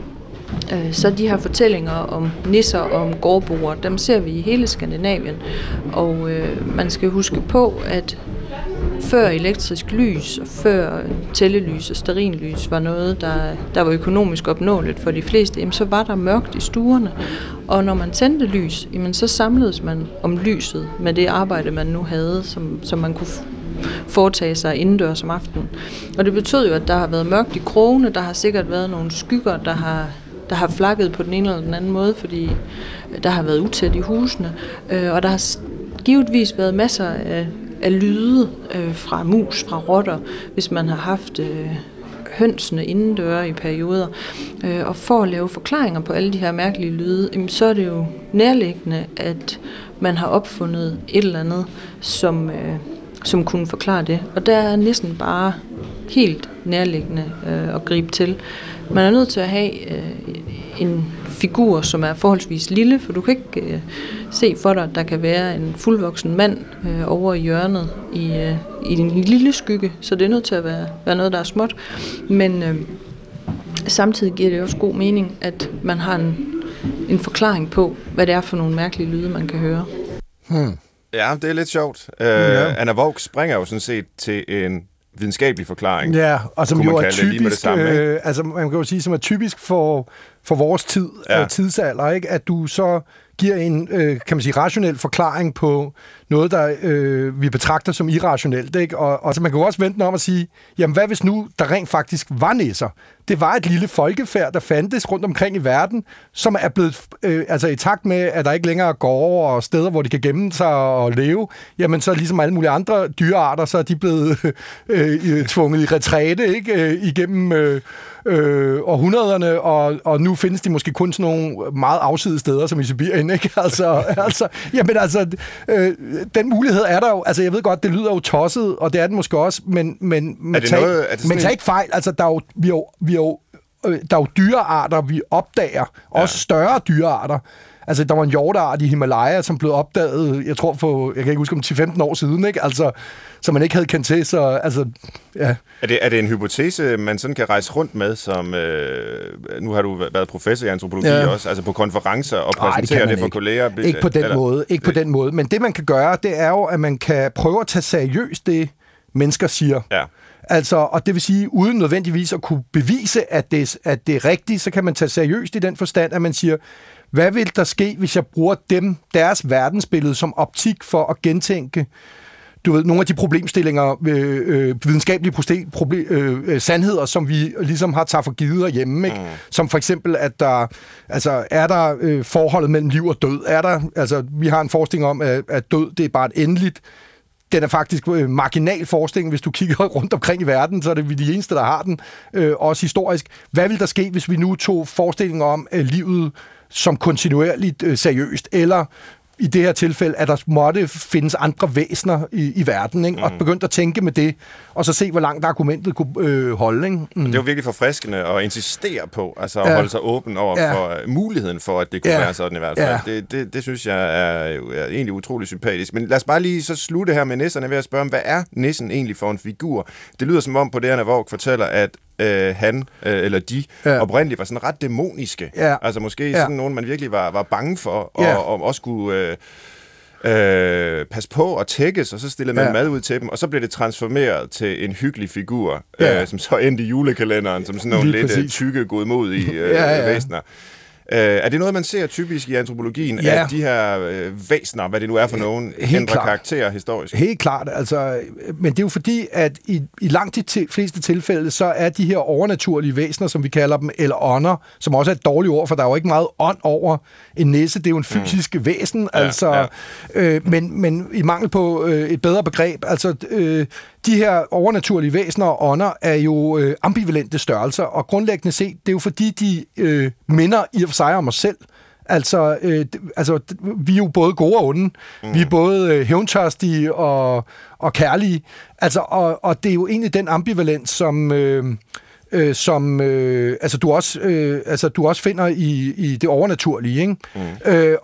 så de her fortællinger om nisser og om gårdboer, dem ser vi i hele Skandinavien, og man skal huske på, at før elektrisk lys og før tællelys og stearinlys var noget, der var økonomisk opnåeligt for de fleste, jamen, så var der mørkt i stuerne. Og når man tændte lys, jamen, så samledes man om lyset med det arbejde, man nu havde, som man kunne foretage sig indendørs om aftenen. Og det betød jo, at der har været mørkt i krogene, der har sikkert været nogle skygger, der har flakket på den ene eller den anden måde, fordi der har været utæt i husene. Og der har givetvis været masser af lyde fra mus, fra rotter, hvis man har haft hønsene indendøre i perioder. Og for at lave forklaringer på alle de her mærkelige lyde, så er det jo nærliggende, at man har opfundet et eller andet, som kunne forklare det. Og der er næsten bare helt nærliggende at gribe til. Man er nødt til at have en figur, som er forholdsvis lille, for du kan ikke se for dig, at der kan være en fuldvoksen mand over i hjørnet i en lille skygge, så det er nødt til at være noget, der er småt. Men samtidig giver det også god mening, at man har en forklaring på, hvad det er for nogle mærkelige lyde, man kan høre. Ja, det er lidt sjovt. Anna Våg springer jo sådan set til en videnskabelig forklaring. Ja, og som jo er typisk, altså man kan jo sige, som er typisk for vores tid, tidsalder, ikke? At du så giver en, kan man sige, rationel forklaring på noget, der vi betragter som irrationelt, ikke? Og så man kan jo også vente om at sige, jamen hvad hvis nu der rent faktisk var nisser? Det var et lille folkefærd, der fandtes rundt omkring i verden, som er blevet, altså i takt med, at der ikke længere går over og steder, hvor de kan gemme sig og leve, jamen så ligesom alle mulige andre dyrearter, så er de blevet tvunget i retræte, ikke? Igennem århundrederne, og nu findes de måske kun sådan nogle meget afsidede steder, som i Sibirien, ikke? Jamen den mulighed er der jo, altså jeg ved godt, det lyder jo tosset, og det er den måske også, men tag ikke fejl, altså der er jo dyrearter, vi opdager, også større dyrearter, Altså, der var en hjorteart i Himalaya, som blev opdaget, jeg tror jeg kan ikke huske om 10-15 år siden, ikke? Altså, som man ikke havde kendt til, så altså, ja. Er det en hypotese, man sådan kan rejse rundt med, som, nu har du været professor i antropologi også, altså på konferencer og præsentere det for kolleger? Ikke på den måde, ikke på den måde. Men det, man kan gøre, det er jo, at man kan prøve at tage seriøst det, mennesker siger. Ja. Altså, og det vil sige, uden nødvendigvis at kunne bevise, at det er rigtigt, så kan man tage seriøst i den forstand, at man siger, hvad vil der ske, hvis jeg bruger deres verdensbillede som optik for at gentænke nogle af de problemstillinger, videnskabelige sandheder, som vi ligesom har taget for givet herhjemme, ikke? Som for eksempel, at der er der forholdet mellem liv og død. Vi har en forestilling om, at død, det er bare et endeligt. Den er faktisk marginal forskning. Hvis du kigger rundt omkring i verden, så er det vi de eneste, der har den, også historisk. Hvad vil der ske, hvis vi nu tog forestillingen om livet som kontinuerligt seriøst, eller i det her tilfælde, at der måtte findes andre væsener i verden, ikke? Og begyndte at tænke med det, og så se, hvor langt argumentet kunne holde. Ikke? Det var virkelig forfriskende at insistere på, altså at holde sig åben over for muligheden for, at det kunne være sådan i hvert fald. Det synes jeg er egentlig utrolig sympatisk. Men lad os bare lige så slutte her med nisserne ved at spørge, hvad er nissen egentlig for en figur? Det lyder som om på det, Anna Våg fortæller, at han eller de oprindeligt var sådan ret dæmoniske. Ja. Altså måske sådan nogen, man virkelig var bange for, og også kunne passe på og tækkes, og så stillede man mad ud til dem, og så blev det transformeret til en hyggelig figur, som så endte i julekalenderen, som sådan nogle lidt tykke, godmodige væsener. Er det noget, man ser typisk i antropologien, at de her væsener, hvad det nu er for nogen, ændrer karakterer historisk? Helt klart, altså, men det er jo fordi, at i langt de fleste tilfælde, så er de her overnaturlige væsener, som vi kalder dem, eller ånder, som også er et dårligt ord, for der er jo ikke meget ånd over en nisse, det er jo en fysisk væsen, men i mangel på et bedre begreb, altså de her overnaturlige væsener og ånder er jo ambivalente størrelser, og grundlæggende set, det er jo fordi, de minder i og for sig om os selv. Altså, vi er jo både gode og onde. Vi er både hævntørstige og kærlige. Altså, og det er jo egentlig den ambivalens, som du også finder i det overnaturlige, ikke?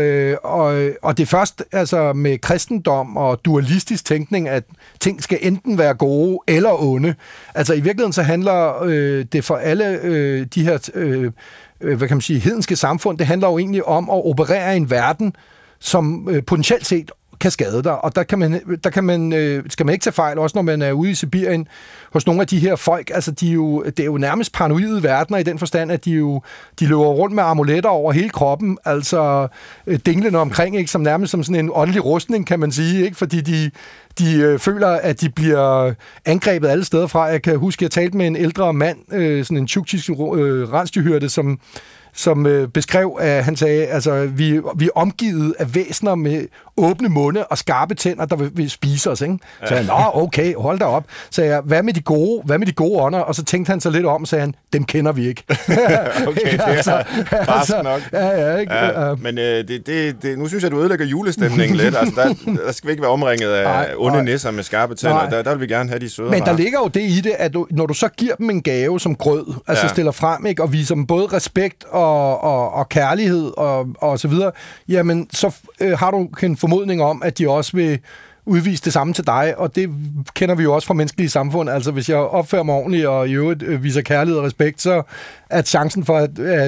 Og det er først altså med kristendom og dualistisk tænkning, at ting skal enten være gode eller onde. Altså i virkeligheden så handler det for alle de her hvad kan man sige, hedenske samfund, det handler jo egentlig om at operere i en verden, som potentielt set kan skade dig, og der skal man ikke tage fejl, også når man er ude i Sibirien, hos nogle af de her folk, altså det er jo nærmest paranoide verdener i den forstand, at de løber rundt med amuletter over hele kroppen, altså dinglende omkring, ikke, som nærmest som sådan en åndelig rustning, kan man sige, ikke, fordi de føler, at de bliver angrebet alle steder fra. Jeg kan huske, at jeg talte med en ældre mand, sådan en tjuktisk rensdyrhyrde, som beskrev, at han sagde, altså, vi er omgivet af væsener med åbne munde og skarpe tænder, der vil spise os, ikke? Så jeg, okay, hold da op. Så jeg, hvad med de gode ånder? Og så tænkte han sig lidt om, og sagde han, dem kender vi ikke. Okay, det er barsk nok. Ja, men nu synes jeg, du ødelægger julestemningen lidt. Altså, der skal vi ikke være omringet af onde nisser med skarpe tænder. Der vil vi gerne have de søde. Men der ligger jo det i det, at når du så giver dem en gave som grød, altså stiller frem, ikke, og viser dem både respekt og kærlighed og så videre, jamen så har du en formodning om, at de også vil udvise det samme til dig, og det kender vi jo også fra menneskelige samfund. Altså, hvis jeg opfører mig ordentligt og i øvrigt viser kærlighed og respekt, så er chancen for,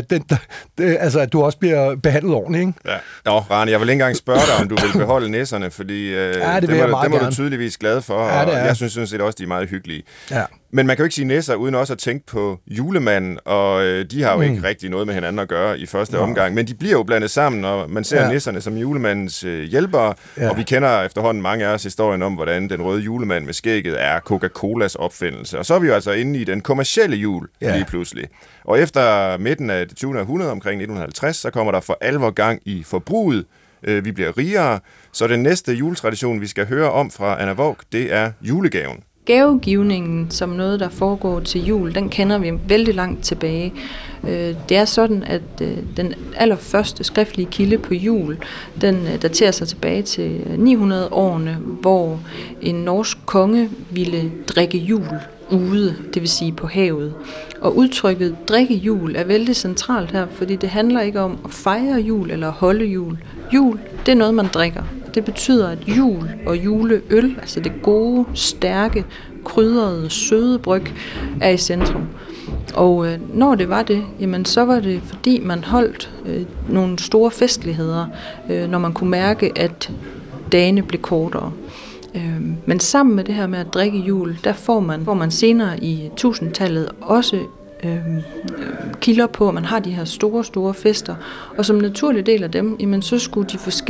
at du også bliver behandlet ordentligt, ikke? Ja. Nå, Rane, jeg vil ikke engang spørge dig, om du vil beholde nisserne, fordi det må du tydeligvis glad for, og jeg synes set også, de er meget hyggelige. Ja. Men man kan jo ikke sige nisser, uden også at tænke på julemanden, og de har jo ikke rigtig noget med hinanden at gøre i første omgang, men de bliver jo blandet sammen, og man ser nisserne som julemandens hjælpere, og vi kender efterhånden mange af os historien om, hvordan den røde julemand med skægget er Coca-Colas opfindelse. Og så er vi jo altså inde i den kommercielle jul lige pludselig. Og efter midten af det 20. århundrede, omkring 1950, så kommer der for alvor gang i forbruget. Vi bliver rigere, så den næste juletradition, vi skal høre om fra Anna Våg, det er julegaven. Gavegivningen som noget, der foregår til jul, den kender vi vældig langt tilbage. Det er sådan, at den allerførste skriftlige kilde på jul, den daterer sig tilbage til 900-årene, hvor en norsk konge ville drikke jul ude, det vil sige på havet. Og udtrykket drikkejul er vældig centralt her, fordi det handler ikke om at fejre jul eller holde jul. Jul, det er noget, man drikker. Det betyder, at jul og juleøl, altså det gode, stærke, krydrede, søde bryg, er i centrum. Og når det var det, jamen så var det, fordi man holdt nogle store festligheder, når man kunne mærke, at dagene blev kortere. Men sammen med det her med at drikke jul, der får man senere i 1000-tallet også kilder på, at man har de her store, store fester. Og som naturlig del af dem, jamen så skulle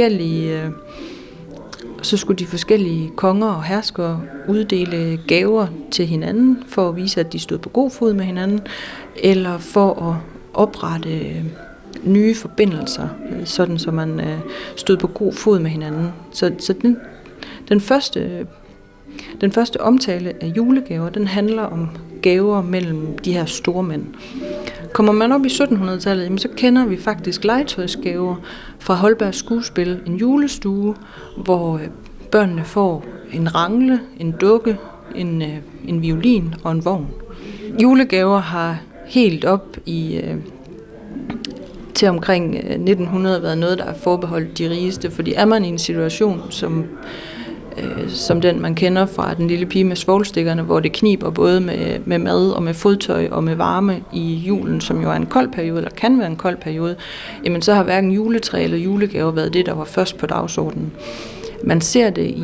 de forskellige konger og herskere uddele gaver til hinanden, for at vise, at de stod på god fod med hinanden, eller for at oprette nye forbindelser, sådan så man stod på god fod med hinanden. Så den første omtale af julegaver, den handler om gaver mellem de her store mænd. Kommer man op i 1700-tallet, så kender vi faktisk legetøjsgaver fra Holbergs skuespil En julestue, hvor børnene får en rangle, en dukke, en violin og en vogn. Julegaver har helt op til omkring 1900 været noget, der er forbeholdt de rigeste, fordi er man i en situation, som den, man kender fra Den lille pige med svovlstikkerne, hvor det kniber både med mad og med fodtøj og med varme i julen, som jo er en kold periode, eller kan være en kold periode, jamen så har hverken juletræ eller julegaver været det, der var først på dagsordenen. Man ser det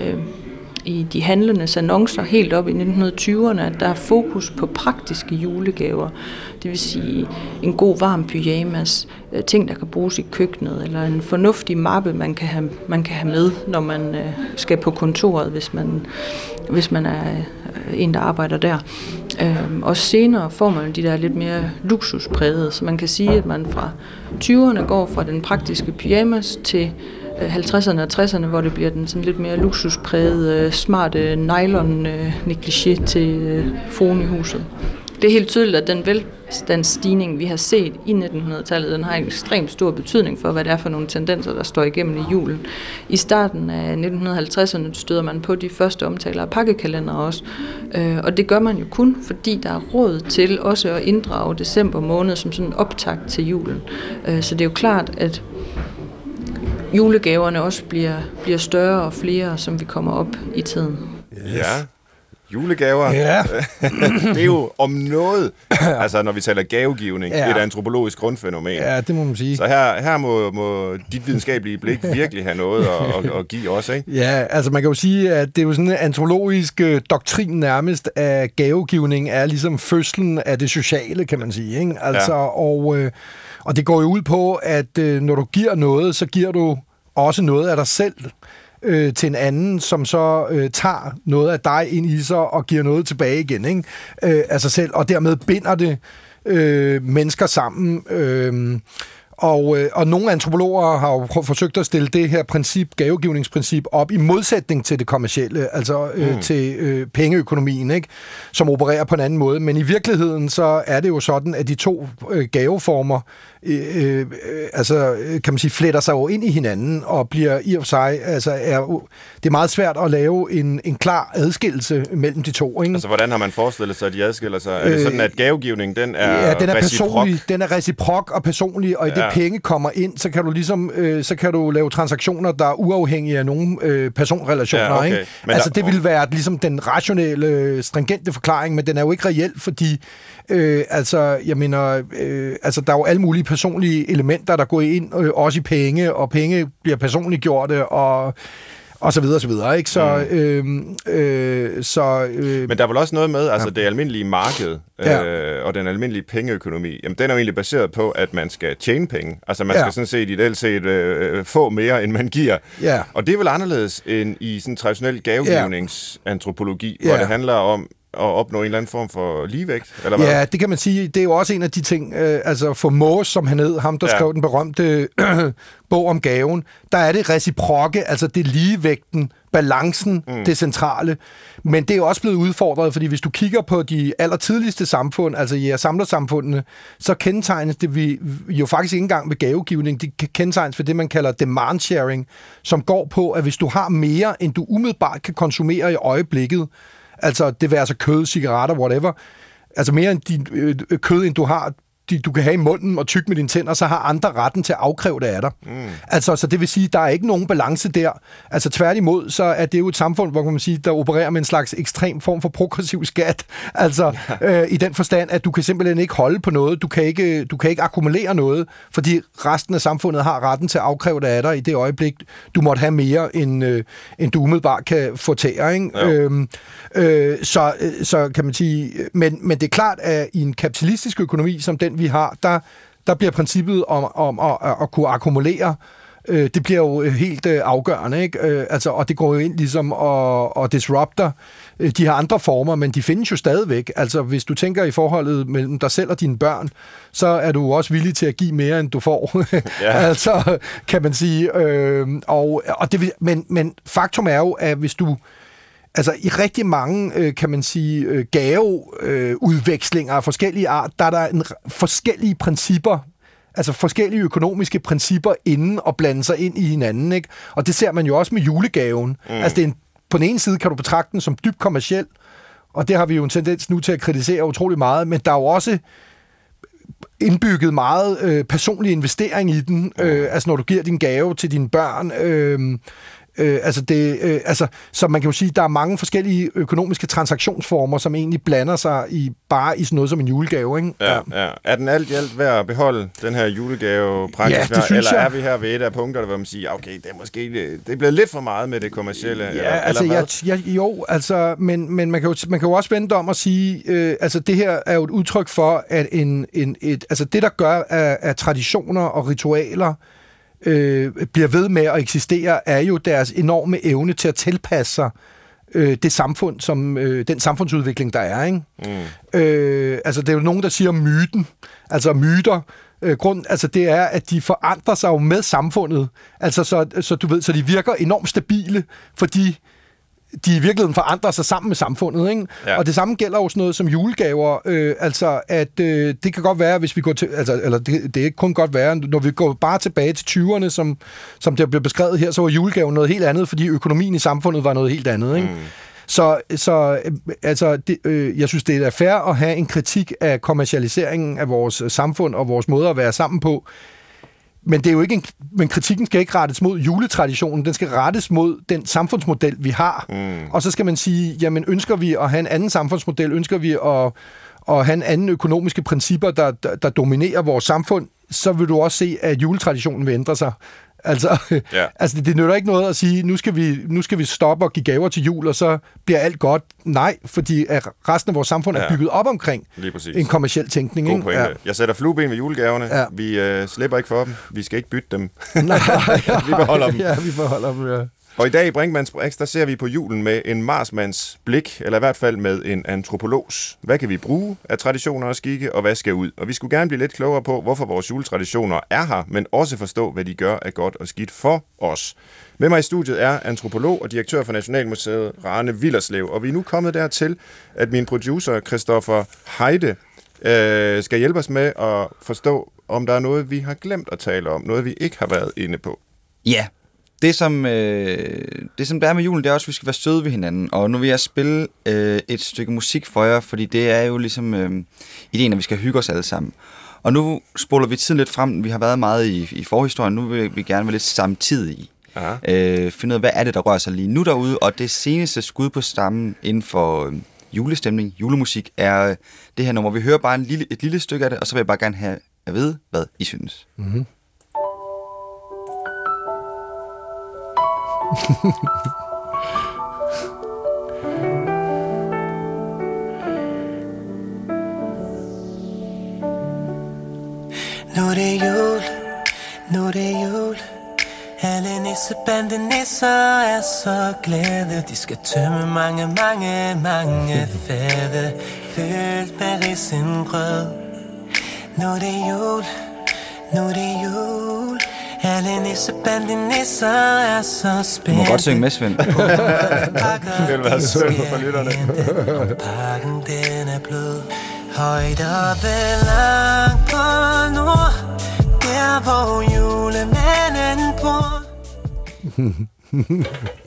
i de handlendes annoncer helt op i 1920'erne, at der er fokus på praktiske julegaver. Det vil sige en god varm pyjamas, ting, der kan bruges i køkkenet, eller en fornuftig mappe, man kan have med, når man skal på kontoret, hvis man er en, der arbejder der. Og senere får man de der lidt mere luksusprægede, så man kan sige, at man fra 20'erne går fra den praktiske pyjamas til 50'erne og 60'erne, hvor det bliver den sådan lidt mere luksusprægede, smarte nylon-negligé til fruen i huset. Det er helt tydeligt, at den velstandsstigning, vi har set i 1900-tallet, den har en ekstremt stor betydning for, hvad det er for nogle tendenser, der står igennem i julen. I starten af 1950'erne støder man på de første omtaler af pakkekalender også, og det gør man jo kun, fordi der er råd til også at inddrage december måned som sådan en optakt til julen. Så det er jo klart, at julegaverne også bliver større og flere, som vi kommer op i tiden. Ja, julegaver. Ja. Det er jo om noget, altså når vi taler gavegivning, et antropologisk grundfænomen. Ja, det må man sige. Så her må dit videnskabelige blik virkelig have noget at give os, ikke? Ja, altså man kan jo sige, at det er jo sådan en antropologisk doktrin nærmest af gavegivning er ligesom fødslen af det sociale, kan man sige, ikke? Altså, og det går jo ud på, at når du giver noget, så giver du også noget af dig selv til en anden, som så tager noget af dig ind i sig og giver noget tilbage igen, ikke? Af sig selv, og dermed binder det mennesker sammen. Og nogle antropologer har jo forsøgt at stille det her gavegivningsprincip op i modsætning til det kommercielle, altså til pengeøkonomien, ikke? Som opererer på en anden måde. Men i virkeligheden så er det jo sådan, at de to gaveformer altså kan man sige fletter sig jo ind i hinanden og bliver i og for sig, altså det er meget svært at lave en klar adskillelse mellem de to, ikke? Altså hvordan har man forestillet sig, at de adskiller sig? Er det sådan, at gavegivning, den er reciprok? Den er reciprok og personlig, og i det penge kommer ind, så kan du ligesom så kan du lave transaktioner, der er uafhængige af nogle personrelationer, ikke? Men altså det vil være ligesom den rationelle, stringente forklaring, men den er jo ikke reel, fordi altså jeg mener altså der er jo alle mulige personlige elementer, der går ind, også i penge, og penge bliver personliggjorte, og så videre, ikke? Men der er vel også noget med, altså det almindelige marked og den almindelige pengeøkonomi, jamen den er jo egentlig baseret på, at man skal tjene penge. Altså man skal sådan set ideelt set få mere, end man giver. Og det er vel anderledes end i sådan traditionel gavegivningsantropologi, hvor det handler om at opnå en eller anden form for ligevægt, eller hvad? Ja, det kan man sige. Det er jo også en af de ting, altså for Moos, som han hed, ham der skrev den berømte bog om gaven, der er det reciprokke, altså det ligevægten, balancen, det centrale. Men det er jo også blevet udfordret, fordi hvis du kigger på de allertidligste samfund, altså i samlersamfundene, så kendetegnes det vi jo faktisk ikke engang ved gavegivning, det kendetegnes ved det, man kalder demand sharing, som går på, at hvis du har mere, end du umiddelbart kan konsumere i øjeblikket, Altså, det vil altså kød, cigaretter, whatever. Altså mere end din kød, end du har, du kan have i munden og tykke med dine tænder, så har andre retten til at afkræve det af dig. Altså, så det vil sige, der er ikke nogen balance der. Altså, tværtimod, så er det jo et samfund, hvor man sige, der opererer med en slags ekstrem form for progressiv skat. Altså, i den forstand, at du kan simpelthen ikke holde på noget, du kan ikke akkumulere noget, fordi resten af samfundet har retten til at afkræve det af dig i det øjeblik, du måtte have mere, end du umiddelbart kan få tæer, ikke? Så kan man sige, men det er klart, at i en kapitalistisk økonomi, som den vi har, der bliver princippet om at kunne akkumulere, det bliver jo helt afgørende, ikke? Altså, og det går jo ind ligesom og disrupter de her andre former, men de findes jo stadigvæk. Altså, hvis du tænker i forholdet mellem dig selv og dine børn, så er du også villig til at give mere, end du får. Altså, kan man sige. Men faktum er jo, at hvis du altså i rigtig mange, kan man sige, gaveudvekslinger af forskellige art, der er der forskellige principper, altså forskellige økonomiske principper inden og blande sig ind i hinanden, ikke? Og det ser man jo også med julegaven. Altså på den ene side kan du betragte den som dybt kommerciel, og det har vi jo en tendens nu til at kritisere utrolig meget, men der er jo også indbygget meget personlig investering i den, altså når du giver din gave til dine børn, så man kan jo sige, at der er mange forskellige økonomiske transaktionsformer, som egentlig blander sig bare i sådan noget som en julegave, ikke? Ja. Er den alt i alt værd at beholde, den her julegave praktisk? Ja, det synes eller jeg. er vi her ved et af punkterne, hvor man siger, okay, det er måske det er blevet lidt for meget med det kommercielle? Men man kan jo også vente om at sige, altså det her er jo et udtryk for, at altså det, der gør, at traditioner og ritualer bliver ved med at eksistere, er jo deres enorme evne til at tilpasse sig det samfund, som den samfundsudvikling, der er, ikke? Altså, det er jo nogen, der siger myten. Altså, myter. Altså, det er, at de forandrer sig jo med samfundet. Altså, så du ved, så de virker enormt stabile, fordi de i virkeligheden forandrer sig sammen med samfundet, ikke? Ja. Og det samme gælder jo sådan noget som julegaver. Altså, at det kan godt være, hvis vi går til... Altså, eller det er ikke kun godt være, når vi går bare tilbage til 20'erne, som det blev beskrevet her, så var julegaven noget helt andet, fordi økonomien i samfundet var noget helt andet, ikke? Jeg synes, det er fair at have en kritik af kommercialiseringen af vores samfund og vores måde at være sammen på. Men det er jo ikke men kritikken skal ikke rettes mod juletraditionen, den skal rettes mod den samfundsmodel, vi har. Og så skal man sige, jamen ønsker vi at have en anden samfundsmodel, ønsker vi at have en anden økonomiske principper, der dominerer vores samfund, så vil du også se, at juletraditionen vil ændre sig. Altså, det nytter ikke noget at sige, nu skal vi stoppe og give gaver til jul, og så bliver alt godt. Nej, fordi resten af vores samfund er bygget op omkring en kommerciel tænkning. God pointe. Jeg sætter flueben ved julegaverne. Ja. Vi slipper ikke for dem. Vi skal ikke bytte dem. Nej, vi beholder dem. Ja, vi beholder dem, ja. Og i dag i Brinkmanns Brix, der ser vi på julen med en marsmands blik, eller i hvert fald med en antropologs. Hvad kan vi bruge af traditioner og skikke, og hvad skal ud? Og vi skulle gerne blive lidt klogere på, hvorfor vores juletraditioner er her, men også forstå, hvad de gør af godt og skidt for os. Med mig i studiet er antropolog og direktør for Nationalmuseet, Rane Willerslev. Og vi er nu kommet dertil, at min producer, Christoffer Heide, skal hjælpe os med at forstå, om der er noget, vi har glemt at tale om, noget, vi ikke har været inde på. Ja. Det som der er med julen, det er også, at vi skal være søde ved hinanden. Og nu vil jeg spille et stykke musik for jer, fordi det er jo ligesom ideen, at vi skal hygge os alle sammen. Og nu spoler vi tiden lidt frem. Vi har været meget i forhistorien. Nu vil vi gerne være lidt samtidige. Finde ud af, hvad er det, der rører sig lige nu derude. Og det seneste skud på stammen inden for julestemning, julemusik, er det her nummer. Vi hører bare et lille stykke af det, og så vil jeg bare gerne have at vide, hvad I synes. Mm-hmm. Nu er det jul, nu er det jul. Alle nissebande nisser er så glade. De skal tømme mange, mange, mange fade, fyldt med risengrød. Nu er det jul, nu er det jul. Alle nissebande nisser er så spændte. Du må godt synge med, Svend. Det vil være sødt for lytterne. Pakken den er blød. Højt oppe langt på nord, der hvor julemanden bor.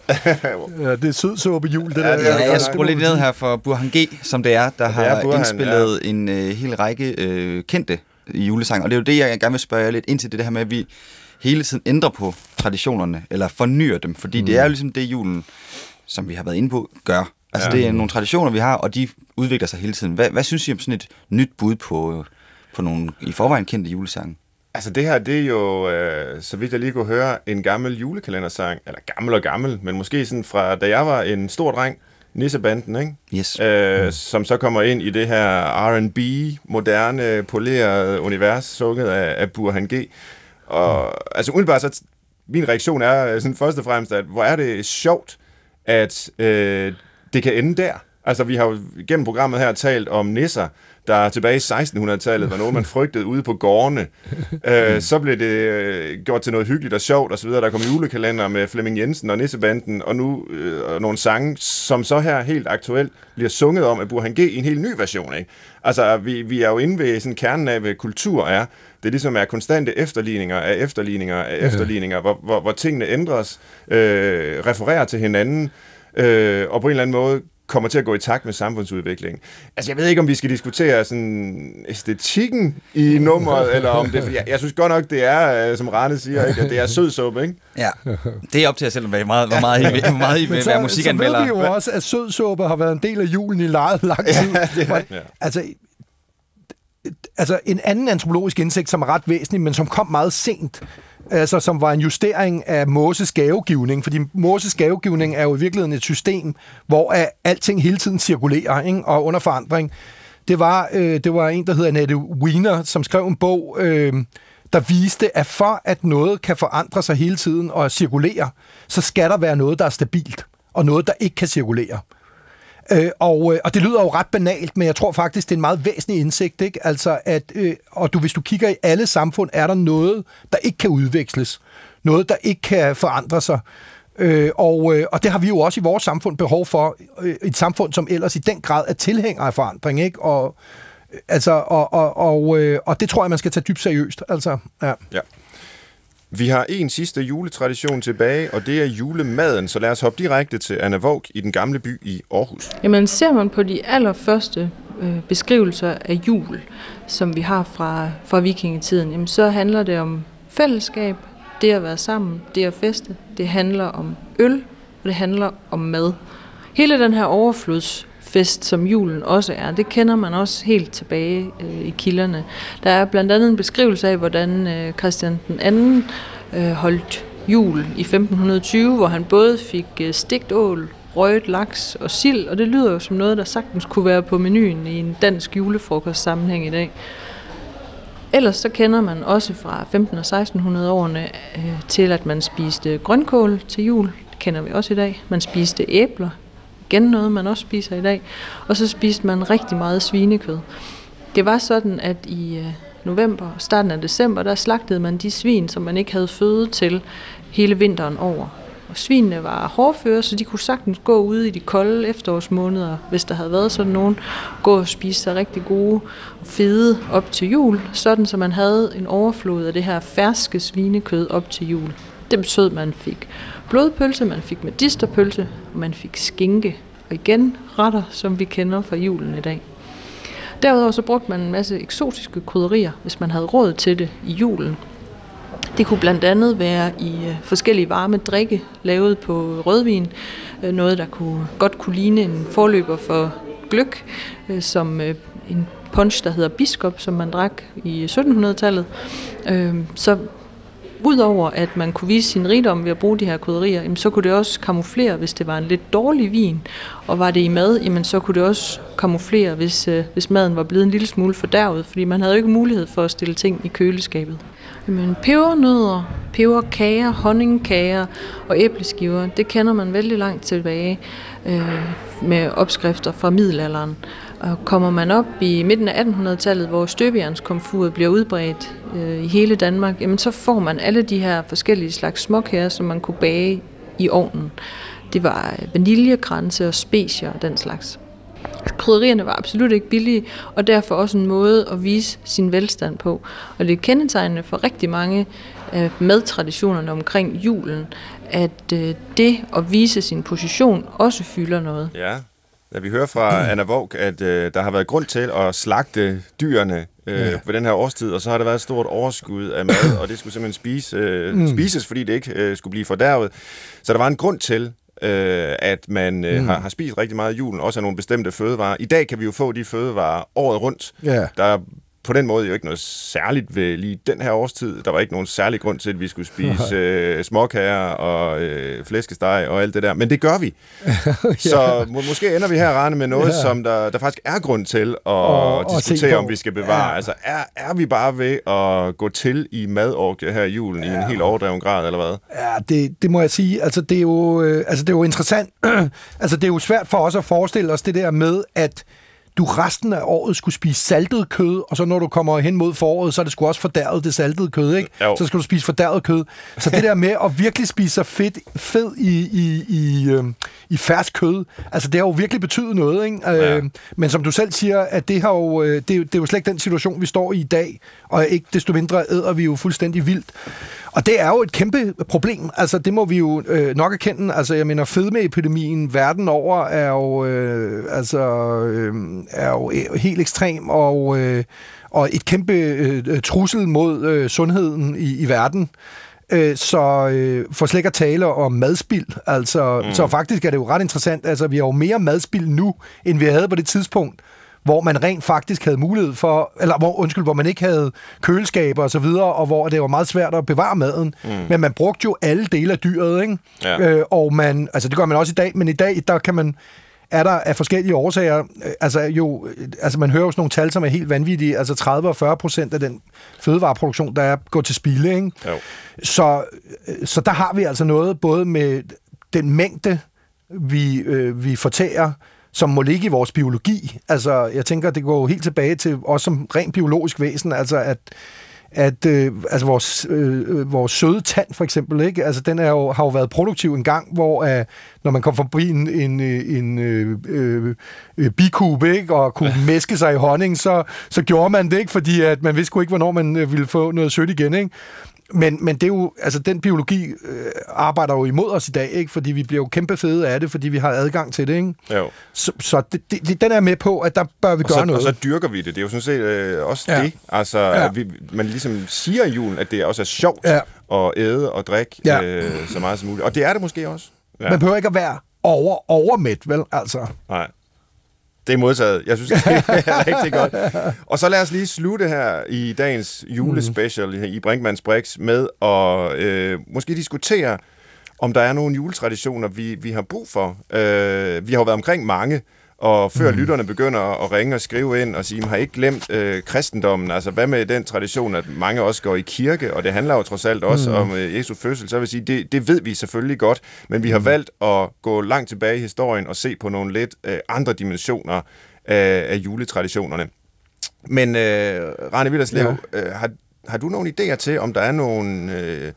Ja, det er sødsuppe jul, det der. Ja, jeg skruer lidt ned her for Burhan G, som det er, der har Burhan, indspillet en hel række kendte julesange. Og det er jo det, jeg gerne vil spørge jer lidt ind til, det her med, at vi hele tiden ændrer på traditionerne, eller fornyer dem. Fordi det er jo ligesom det, julen, som vi har været inde på, gør. Altså det er nogle traditioner, vi har, og de udvikler sig hele tiden. Hvad synes I om sådan et nyt bud på nogle i forvejen kendte julesange? Altså det her, det er jo, så vidt jeg lige kunne høre, en gammel julekalendersang, eller gammel, men måske sådan fra, da jeg var en stor dreng, Nissebanden, ikke? Yes. Som så kommer ind i det her R&B, moderne, polerede univers, sunget af Burhan G. Og altså umiddelbart så, min reaktion er sådan først og fremmest, at hvor er det sjovt, at det kan ende der. Altså vi har jo gennem programmet her talt om nisser, der tilbage i 1600-tallet var noget, man frygtede ude på gårdene. Så blev det gjort til noget hyggeligt og sjovt osv. Der kom julekalender med Flemming Jensen og Nissebanden, og nu nogle sange, som så her helt aktuelt bliver sunget om af Burhan G i en helt ny version. Ikke? Altså, vi er jo inde ved sådan kernen af, hvad kultur er. Det ligesom er konstante efterligninger af efterligninger af efterligninger, hvor tingene ændres, refererer til hinanden, og på en eller anden måde kommer til at gå i takt med samfundsudviklingen. Altså, jeg ved ikke, om vi skal diskutere sådan æstetikken i nummeret, eller om det... Jeg synes godt nok, det er, som Rane siger, ikke, at det er sødsuppe, ikke? Ja, det er op til jer selv, hvor meget I vil være musikanmelder. Så ved vi jo også, at sødsuppe har været en del af julen i lang tid. Altså, en anden antropologisk indsigt, som er ret væsentlig, men som kom meget sent, altså som var en justering af Moses gavegivning, fordi Moses gavegivning er jo i virkeligheden et system, hvor alting hele tiden cirkulerer, ikke? Og under forandring. Det var en, der hedder Annette Wiener, som skrev en bog, der viste, at for at noget kan forandre sig hele tiden og cirkulere, så skal der være noget, der er stabilt, og noget, der ikke kan cirkulere. Og det lyder jo ret banalt, men jeg tror faktisk, det er en meget væsentlig indsigt, ikke? Altså at, hvis du kigger i alle samfund, er der noget, der ikke kan udveksles. Noget, der ikke kan forandre sig. Og det har vi jo også i vores samfund behov for. Et samfund, som ellers i den grad er tilhænger af forandring, ikke? Og det tror jeg, man skal tage dybt seriøst. Altså, ja. Vi har en sidste juletradition tilbage, og det er julemaden, så lad os hoppe direkte til Anna Våg i Den Gamle By i Aarhus. Jamen, ser man på de allerførste beskrivelser af jul, som vi har fra vikingetiden, jamen, så handler det om fællesskab, det at være sammen, det at feste, det handler om øl, og det handler om mad. Hele den her overflodsfest, som julen også er, det kender man også helt tilbage i kilderne. Der er blandt andet en beskrivelse af, hvordan Christian den 2. holdt jul i 1520, hvor han både fik stegt ål, røget laks og sild, og det lyder jo som noget, der sagtens kunne være på menuen i en dansk julefrokost sammenhæng i dag. Ellers så kender man også fra 1500- og 1600-årene til, at man spiste grønkål til jul. Det kender vi også i dag. Man spiste æbler. Igen noget, man også spiser i dag. Og så spiste man rigtig meget svinekød. Det var sådan, at i november og starten af december, der slagtede man de svin, som man ikke havde føde til hele vinteren over. Og svinene var hårdføre, så de kunne sagtens gå ude i de kolde efterårsmåneder, hvis der havde været sådan nogen, gå og spise sig rigtig gode og fede op til jul, sådan så man havde en overflod af det her ferske svinekød op til jul. Det betød, man fik blodpølse, man fik medisterpølse, og man fik skinke. Og igen retter, som vi kender fra julen i dag. Derudover så brugte man en masse eksotiske krydderier, hvis man havde råd til det i julen. Det kunne blandt andet være i forskellige varme drikke, lavet på rødvin. Noget, der godt kunne ligne en forløber for gløgg, som en punch, der hedder biskop, som man drak i 1700-tallet. Så udover at man kunne vise sin rigdom ved at bruge de her krydderier, så kunne det også kamuflere, hvis det var en lidt dårlig vin. Og var det i mad, så kunne det også kamuflere, hvis maden var blevet en lille smule fordærvet, fordi man havde jo ikke mulighed for at stille ting i køleskabet. Men pebernødder, peberkager, honningkager og æbleskiver, det kender man vældig langt tilbage med opskrifter fra middelalderen. Og kommer man op i midten af 1800-tallet, hvor støbejernskomfuret bliver udbredt i hele Danmark, jamen så får man alle de her forskellige slags småkager, som man kunne bage i ovnen. Det var vaniljekranse og specier og den slags. Krydderierne var absolut ikke billige, og derfor også en måde at vise sin velstand på. Og det er kendetegnende for rigtig mange madtraditionerne omkring julen, at det at vise sin position også fylder noget. Ja. Da vi hører fra Anna Våg, at der har været grund til at slagte dyrene på den her årstid, og så har der været et stort overskud af mad, og det skulle simpelthen spises, fordi det ikke skulle blive fordærvet. Så der var en grund til, at man har spist rigtig meget i julen, også af nogle bestemte fødevarer. I dag kan vi jo få de fødevarer året rundt. Yeah. Der er på den måde jo ikke noget særligt ved lige den her årstid. Der var ikke nogen særlig grund til, at vi skulle spise småkager og flæskesteg og alt det der. Men det gør vi. Så måske ender vi her, Rane, med noget, som der faktisk er grund til at diskutere, om vi skal bevare. Ja. Altså, er vi bare ved at gå til i madorgie her i julen i en helt overdreven grad, eller hvad? Ja, det må jeg sige. Altså, det er jo interessant. Altså, det er jo svært for os at forestille os det der med, at du resten af året skulle spise saltet kød, og så når du kommer hen mod foråret, så er det sgu også fordærvet det saltede kød, ikke? Jo. Så skal du spise fordærvet kød. Så det der med at virkelig spise sig fed i fersk kød, altså det har jo virkelig betydet noget, ikke? Ja. Men som du selv siger, at det har jo, det er jo slet ikke den situation, vi står i dag, og ikke desto mindre æder vi jo fuldstændig vildt. Og det er jo et kæmpe problem. Altså, det må vi jo nok erkende. Altså, jeg mener, fedmeepidemien verden over er jo helt ekstrem, og et kæmpe trussel mod sundheden i verden. Så for slet ikke at tale om madspild. Altså, så faktisk er det jo ret interessant. Altså, vi har jo mere madspild nu, end vi havde på det tidspunkt, hvor man rent faktisk havde mulighed for, eller hvor man ikke havde køleskaber og så videre, og hvor det var meget svært at bevare maden. Men man brugte jo alle dele af dyret, ikke? Ja. Og altså det gør man også i dag, men i dag, der kan man, er der af forskellige årsager, altså man hører jo sådan nogle tal, som er helt vanvittige, altså 30-40% af den fødevareproduktion, der er gået til spilde, ikke? Så der har vi altså noget, både med den mængde, vi fortærer, som må ligge i vores biologi. Altså, jeg tænker, det går helt tilbage til os som rent biologisk væsen, altså at vores søde tand, for eksempel, ikke? Altså, den har jo været produktiv en gang, hvor når man kom forbi en bikube, ikke? Og kunne mæske sig i honning, så gjorde man det ikke, fordi at man vidste ikke, hvornår man ville få noget sødt igen, ikke? Men det er jo, altså den biologi arbejder jo imod os i dag, ikke? Fordi vi bliver jo kæmpe fede af det, fordi vi har adgang til det, ikke? Jo. Så den er med på, at der bør vi gøre noget. Og så dyrker vi det. Det er jo sådan set også det. Altså, at man ligesom siger i julen, at det også er sjovt at æde og drikke så meget som muligt. Og det er det måske også. Ja. Man behøver ikke at være overmæt, vel? Altså. Nej. Det er modtaget. Jeg synes, det er rigtig godt. Og så lad os lige slutte her i dagens julespecial i Brinkmanns Brix med at måske diskutere, om der er nogle juletraditioner, vi har brug for. Vi har jo været omkring mange, og før lytterne begynder at ringe og skrive ind og sige, har I ikke glemt kristendommen? Altså, hvad med den tradition, at mange også går i kirke, og det handler jo trods alt også om Jesu fødsel, så vil jeg sige, det ved vi selvfølgelig godt, men vi har valgt at gå langt tilbage i historien og se på nogle lidt andre dimensioner af juletraditionerne. Men Rane Willerslev, har du nogle idéer til, om der er nogle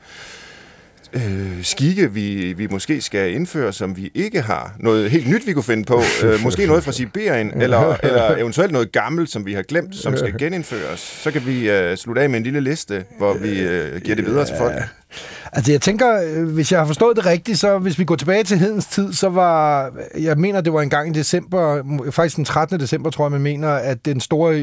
skikke, vi måske skal indføre, som vi ikke har? Noget helt nyt, vi kunne finde på? Måske noget fra Sibirien, eller eventuelt noget gammelt, som vi har glemt, som skal genindføres. Så kan vi slutte af med en lille liste, hvor vi giver det videre til folk. Altså jeg tænker, hvis jeg har forstået det rigtigt, så hvis vi går tilbage til hedens tid, så var, jeg mener det var en gang i december, faktisk den 13. december, tror jeg, man mener, at den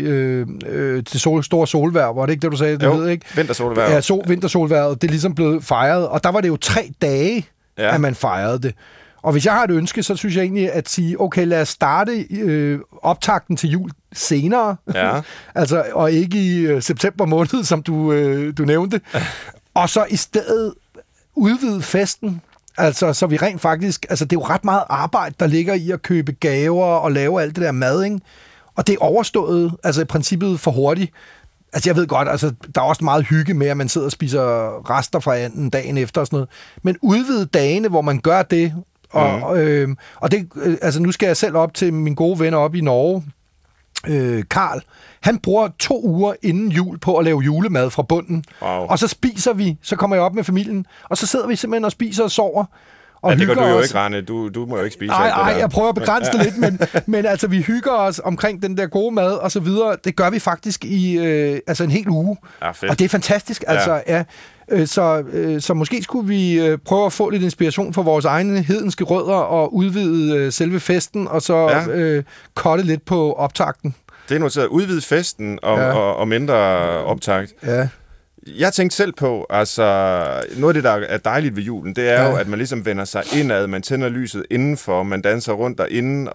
store solvejr, var det ikke det, du sagde? Jo, ikke? Vintersolvejret. Ja, vintersolvejret, det er ligesom blevet fejret, og der var det jo 3 dage, at man fejrede det. Og hvis jeg har et ønske, så synes jeg egentlig at sige, okay, lad os starte optakten til jul senere, altså, og ikke i september måned, som du nævnte. Og så i stedet udvide festen, altså så vi rent faktisk, altså det er jo ret meget arbejde, der ligger i at købe gaver og lave alt det der mad, ikke? Og det er overstået, altså i princippet for hurtigt. Altså jeg ved godt, altså der er også meget hygge med, at man sidder og spiser rester fra anden dagen efter og sådan noget. Men udvide dagene, hvor man gør det, og det, altså nu skal jeg selv op til min gode venner op i Norge, Karl. Han bruger 2 uger inden jul på at lave julemad fra bunden. Wow. Og så spiser vi, så kommer jeg op med familien, og så sidder vi simpelthen og spiser og sover. Og det gør du jo ikke, Rane. Du må jo ikke spise alt det der. Nej, jeg prøver at begrænse det lidt, men altså, vi hygger os omkring den der gode mad og så videre. Det gør vi faktisk i en hel uge. Ja, og det er fantastisk. Altså, Så måske skulle vi prøve at få lidt inspiration fra vores egne hedenske rødder og udvide selve festen, og så cutte lidt på optakten. Det er noteret. Udvide festen og mindre optakt. Ja. Jeg tænkte selv på, altså, noget af det, der er dejligt ved julen, det er jo, at man ligesom vender sig indad, man tænder lyset indenfor, man danser rundt derinde,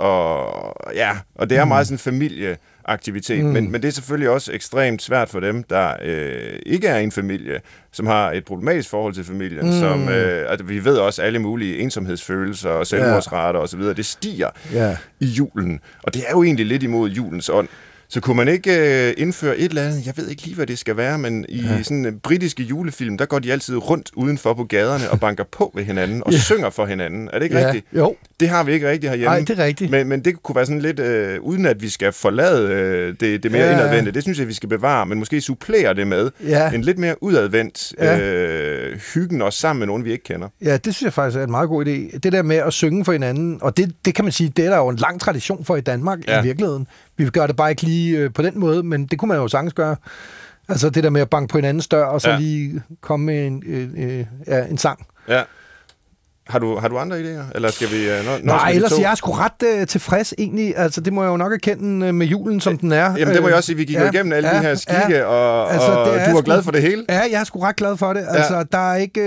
og det er meget sådan en familieaktivitet, men det er selvfølgelig også ekstremt svært for dem, der ikke er en familie, som har et problematisk forhold til familien, som, altså, vi ved også alle mulige ensomhedsfølelser og selvmordsrater osv., det stiger i julen, og det er jo egentlig lidt imod julens ånd. Så kunne man ikke indføre et eller andet, jeg ved ikke lige, hvad det skal være, men i sådan en britiske julefilm, der går de altid rundt udenfor på gaderne og banker på ved hinanden og synger for hinanden. Er det ikke rigtigt? Jo. Det har vi ikke rigtigt herhjemme. Nej, det er rigtigt. Men det kunne være sådan lidt, uden at vi skal forlade det mere indadvendte. Det synes jeg, vi skal bevare, men måske supplere det med en lidt mere udadvendt hyggen os sammen med nogen, vi ikke kender. Ja, det synes jeg faktisk er en meget god idé. Det der med at synge for hinanden, og det kan man sige, det er der jo en lang tradition for i Danmark i virkeligheden. Vi gør det bare ikke lige på den måde, men det kunne man jo sagtens gøre. Altså det der med at banke på hinandens dør, og så lige komme med en sang. Ja. Har du andre idéer? Eller skal vi... Nej, ellers jeg er sgu ret tilfreds egentlig. Altså, det må jeg jo nok erkende med julen, som den er. Jamen, det må jeg også sige. Vi gik jo igennem alle de her skikke, og du var glad for det hele? Ja, jeg er sgu ret glad for det. Altså, der er ikke...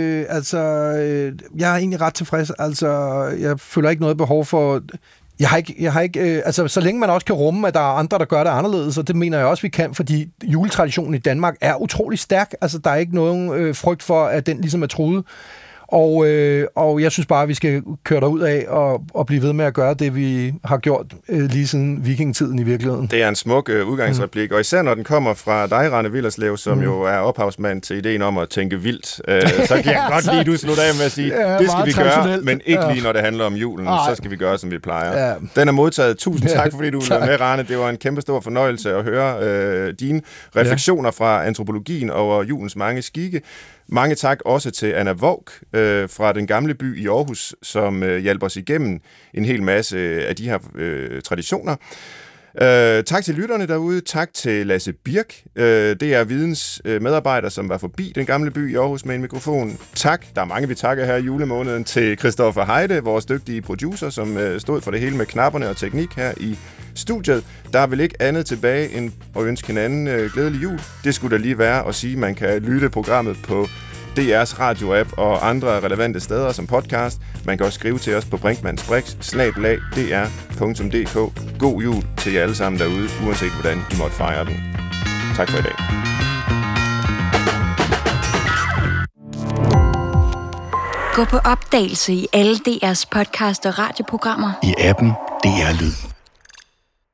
jeg er egentlig ret tilfreds. Altså, jeg føler ikke noget behov for... Jeg har ikke altså, så længe man også kan rumme, at der er andre, der gør det anderledes, og det mener jeg også, vi kan, fordi juletraditionen i Danmark er utrolig stærk. Altså, der er ikke nogen frygt for, at den ligesom er truet. Og jeg synes bare, at vi skal køre derud af og blive ved med at gøre det, vi har gjort lige siden vikingetiden i virkeligheden. Det er en smuk udgangsreplik, og især når den kommer fra dig, Rane Willerslev, som jo er ophavsmand til ideen om at tænke vildt, så kan jeg godt lide, du slutter af med at sige, det skal vi gøre, men ikke lige når det handler om julen, så skal vi gøre, som vi plejer. Ja. Den er modtaget. Tusind tak, fordi du var med, Rane. Det var en kæmpe stor fornøjelse at høre dine refleksioner fra antropologien over julens mange skikke. Mange tak også til Anna Våg fra Den Gamle By i Aarhus, som hjælper os igennem en hel masse af de her traditioner. Tak til lytterne derude. Tak til Lasse Birk. Det er Videns medarbejder, som var forbi Den Gamle By i Aarhus med en mikrofon. Tak. Der er mange, vi takker her i julemåneden. Til Christoffer Heide, vores dygtige producer, som stod for det hele med knapperne og teknik her i studiet. Der er vel ikke andet tilbage end at ønske hinanden glædelig jul. Det skulle da lige være at sige, at man kan lytte programmet på DR's radio-app og andre relevante steder som podcast. Man kan også skrive til os på brinkmannsbrix@dr.dk. God jul til jer alle sammen derude, uanset hvordan I måtte fejre den. Tak for i dag. Gå på opdagelse i alle DR's podcast og radioprogrammer. I appen DR Lyd.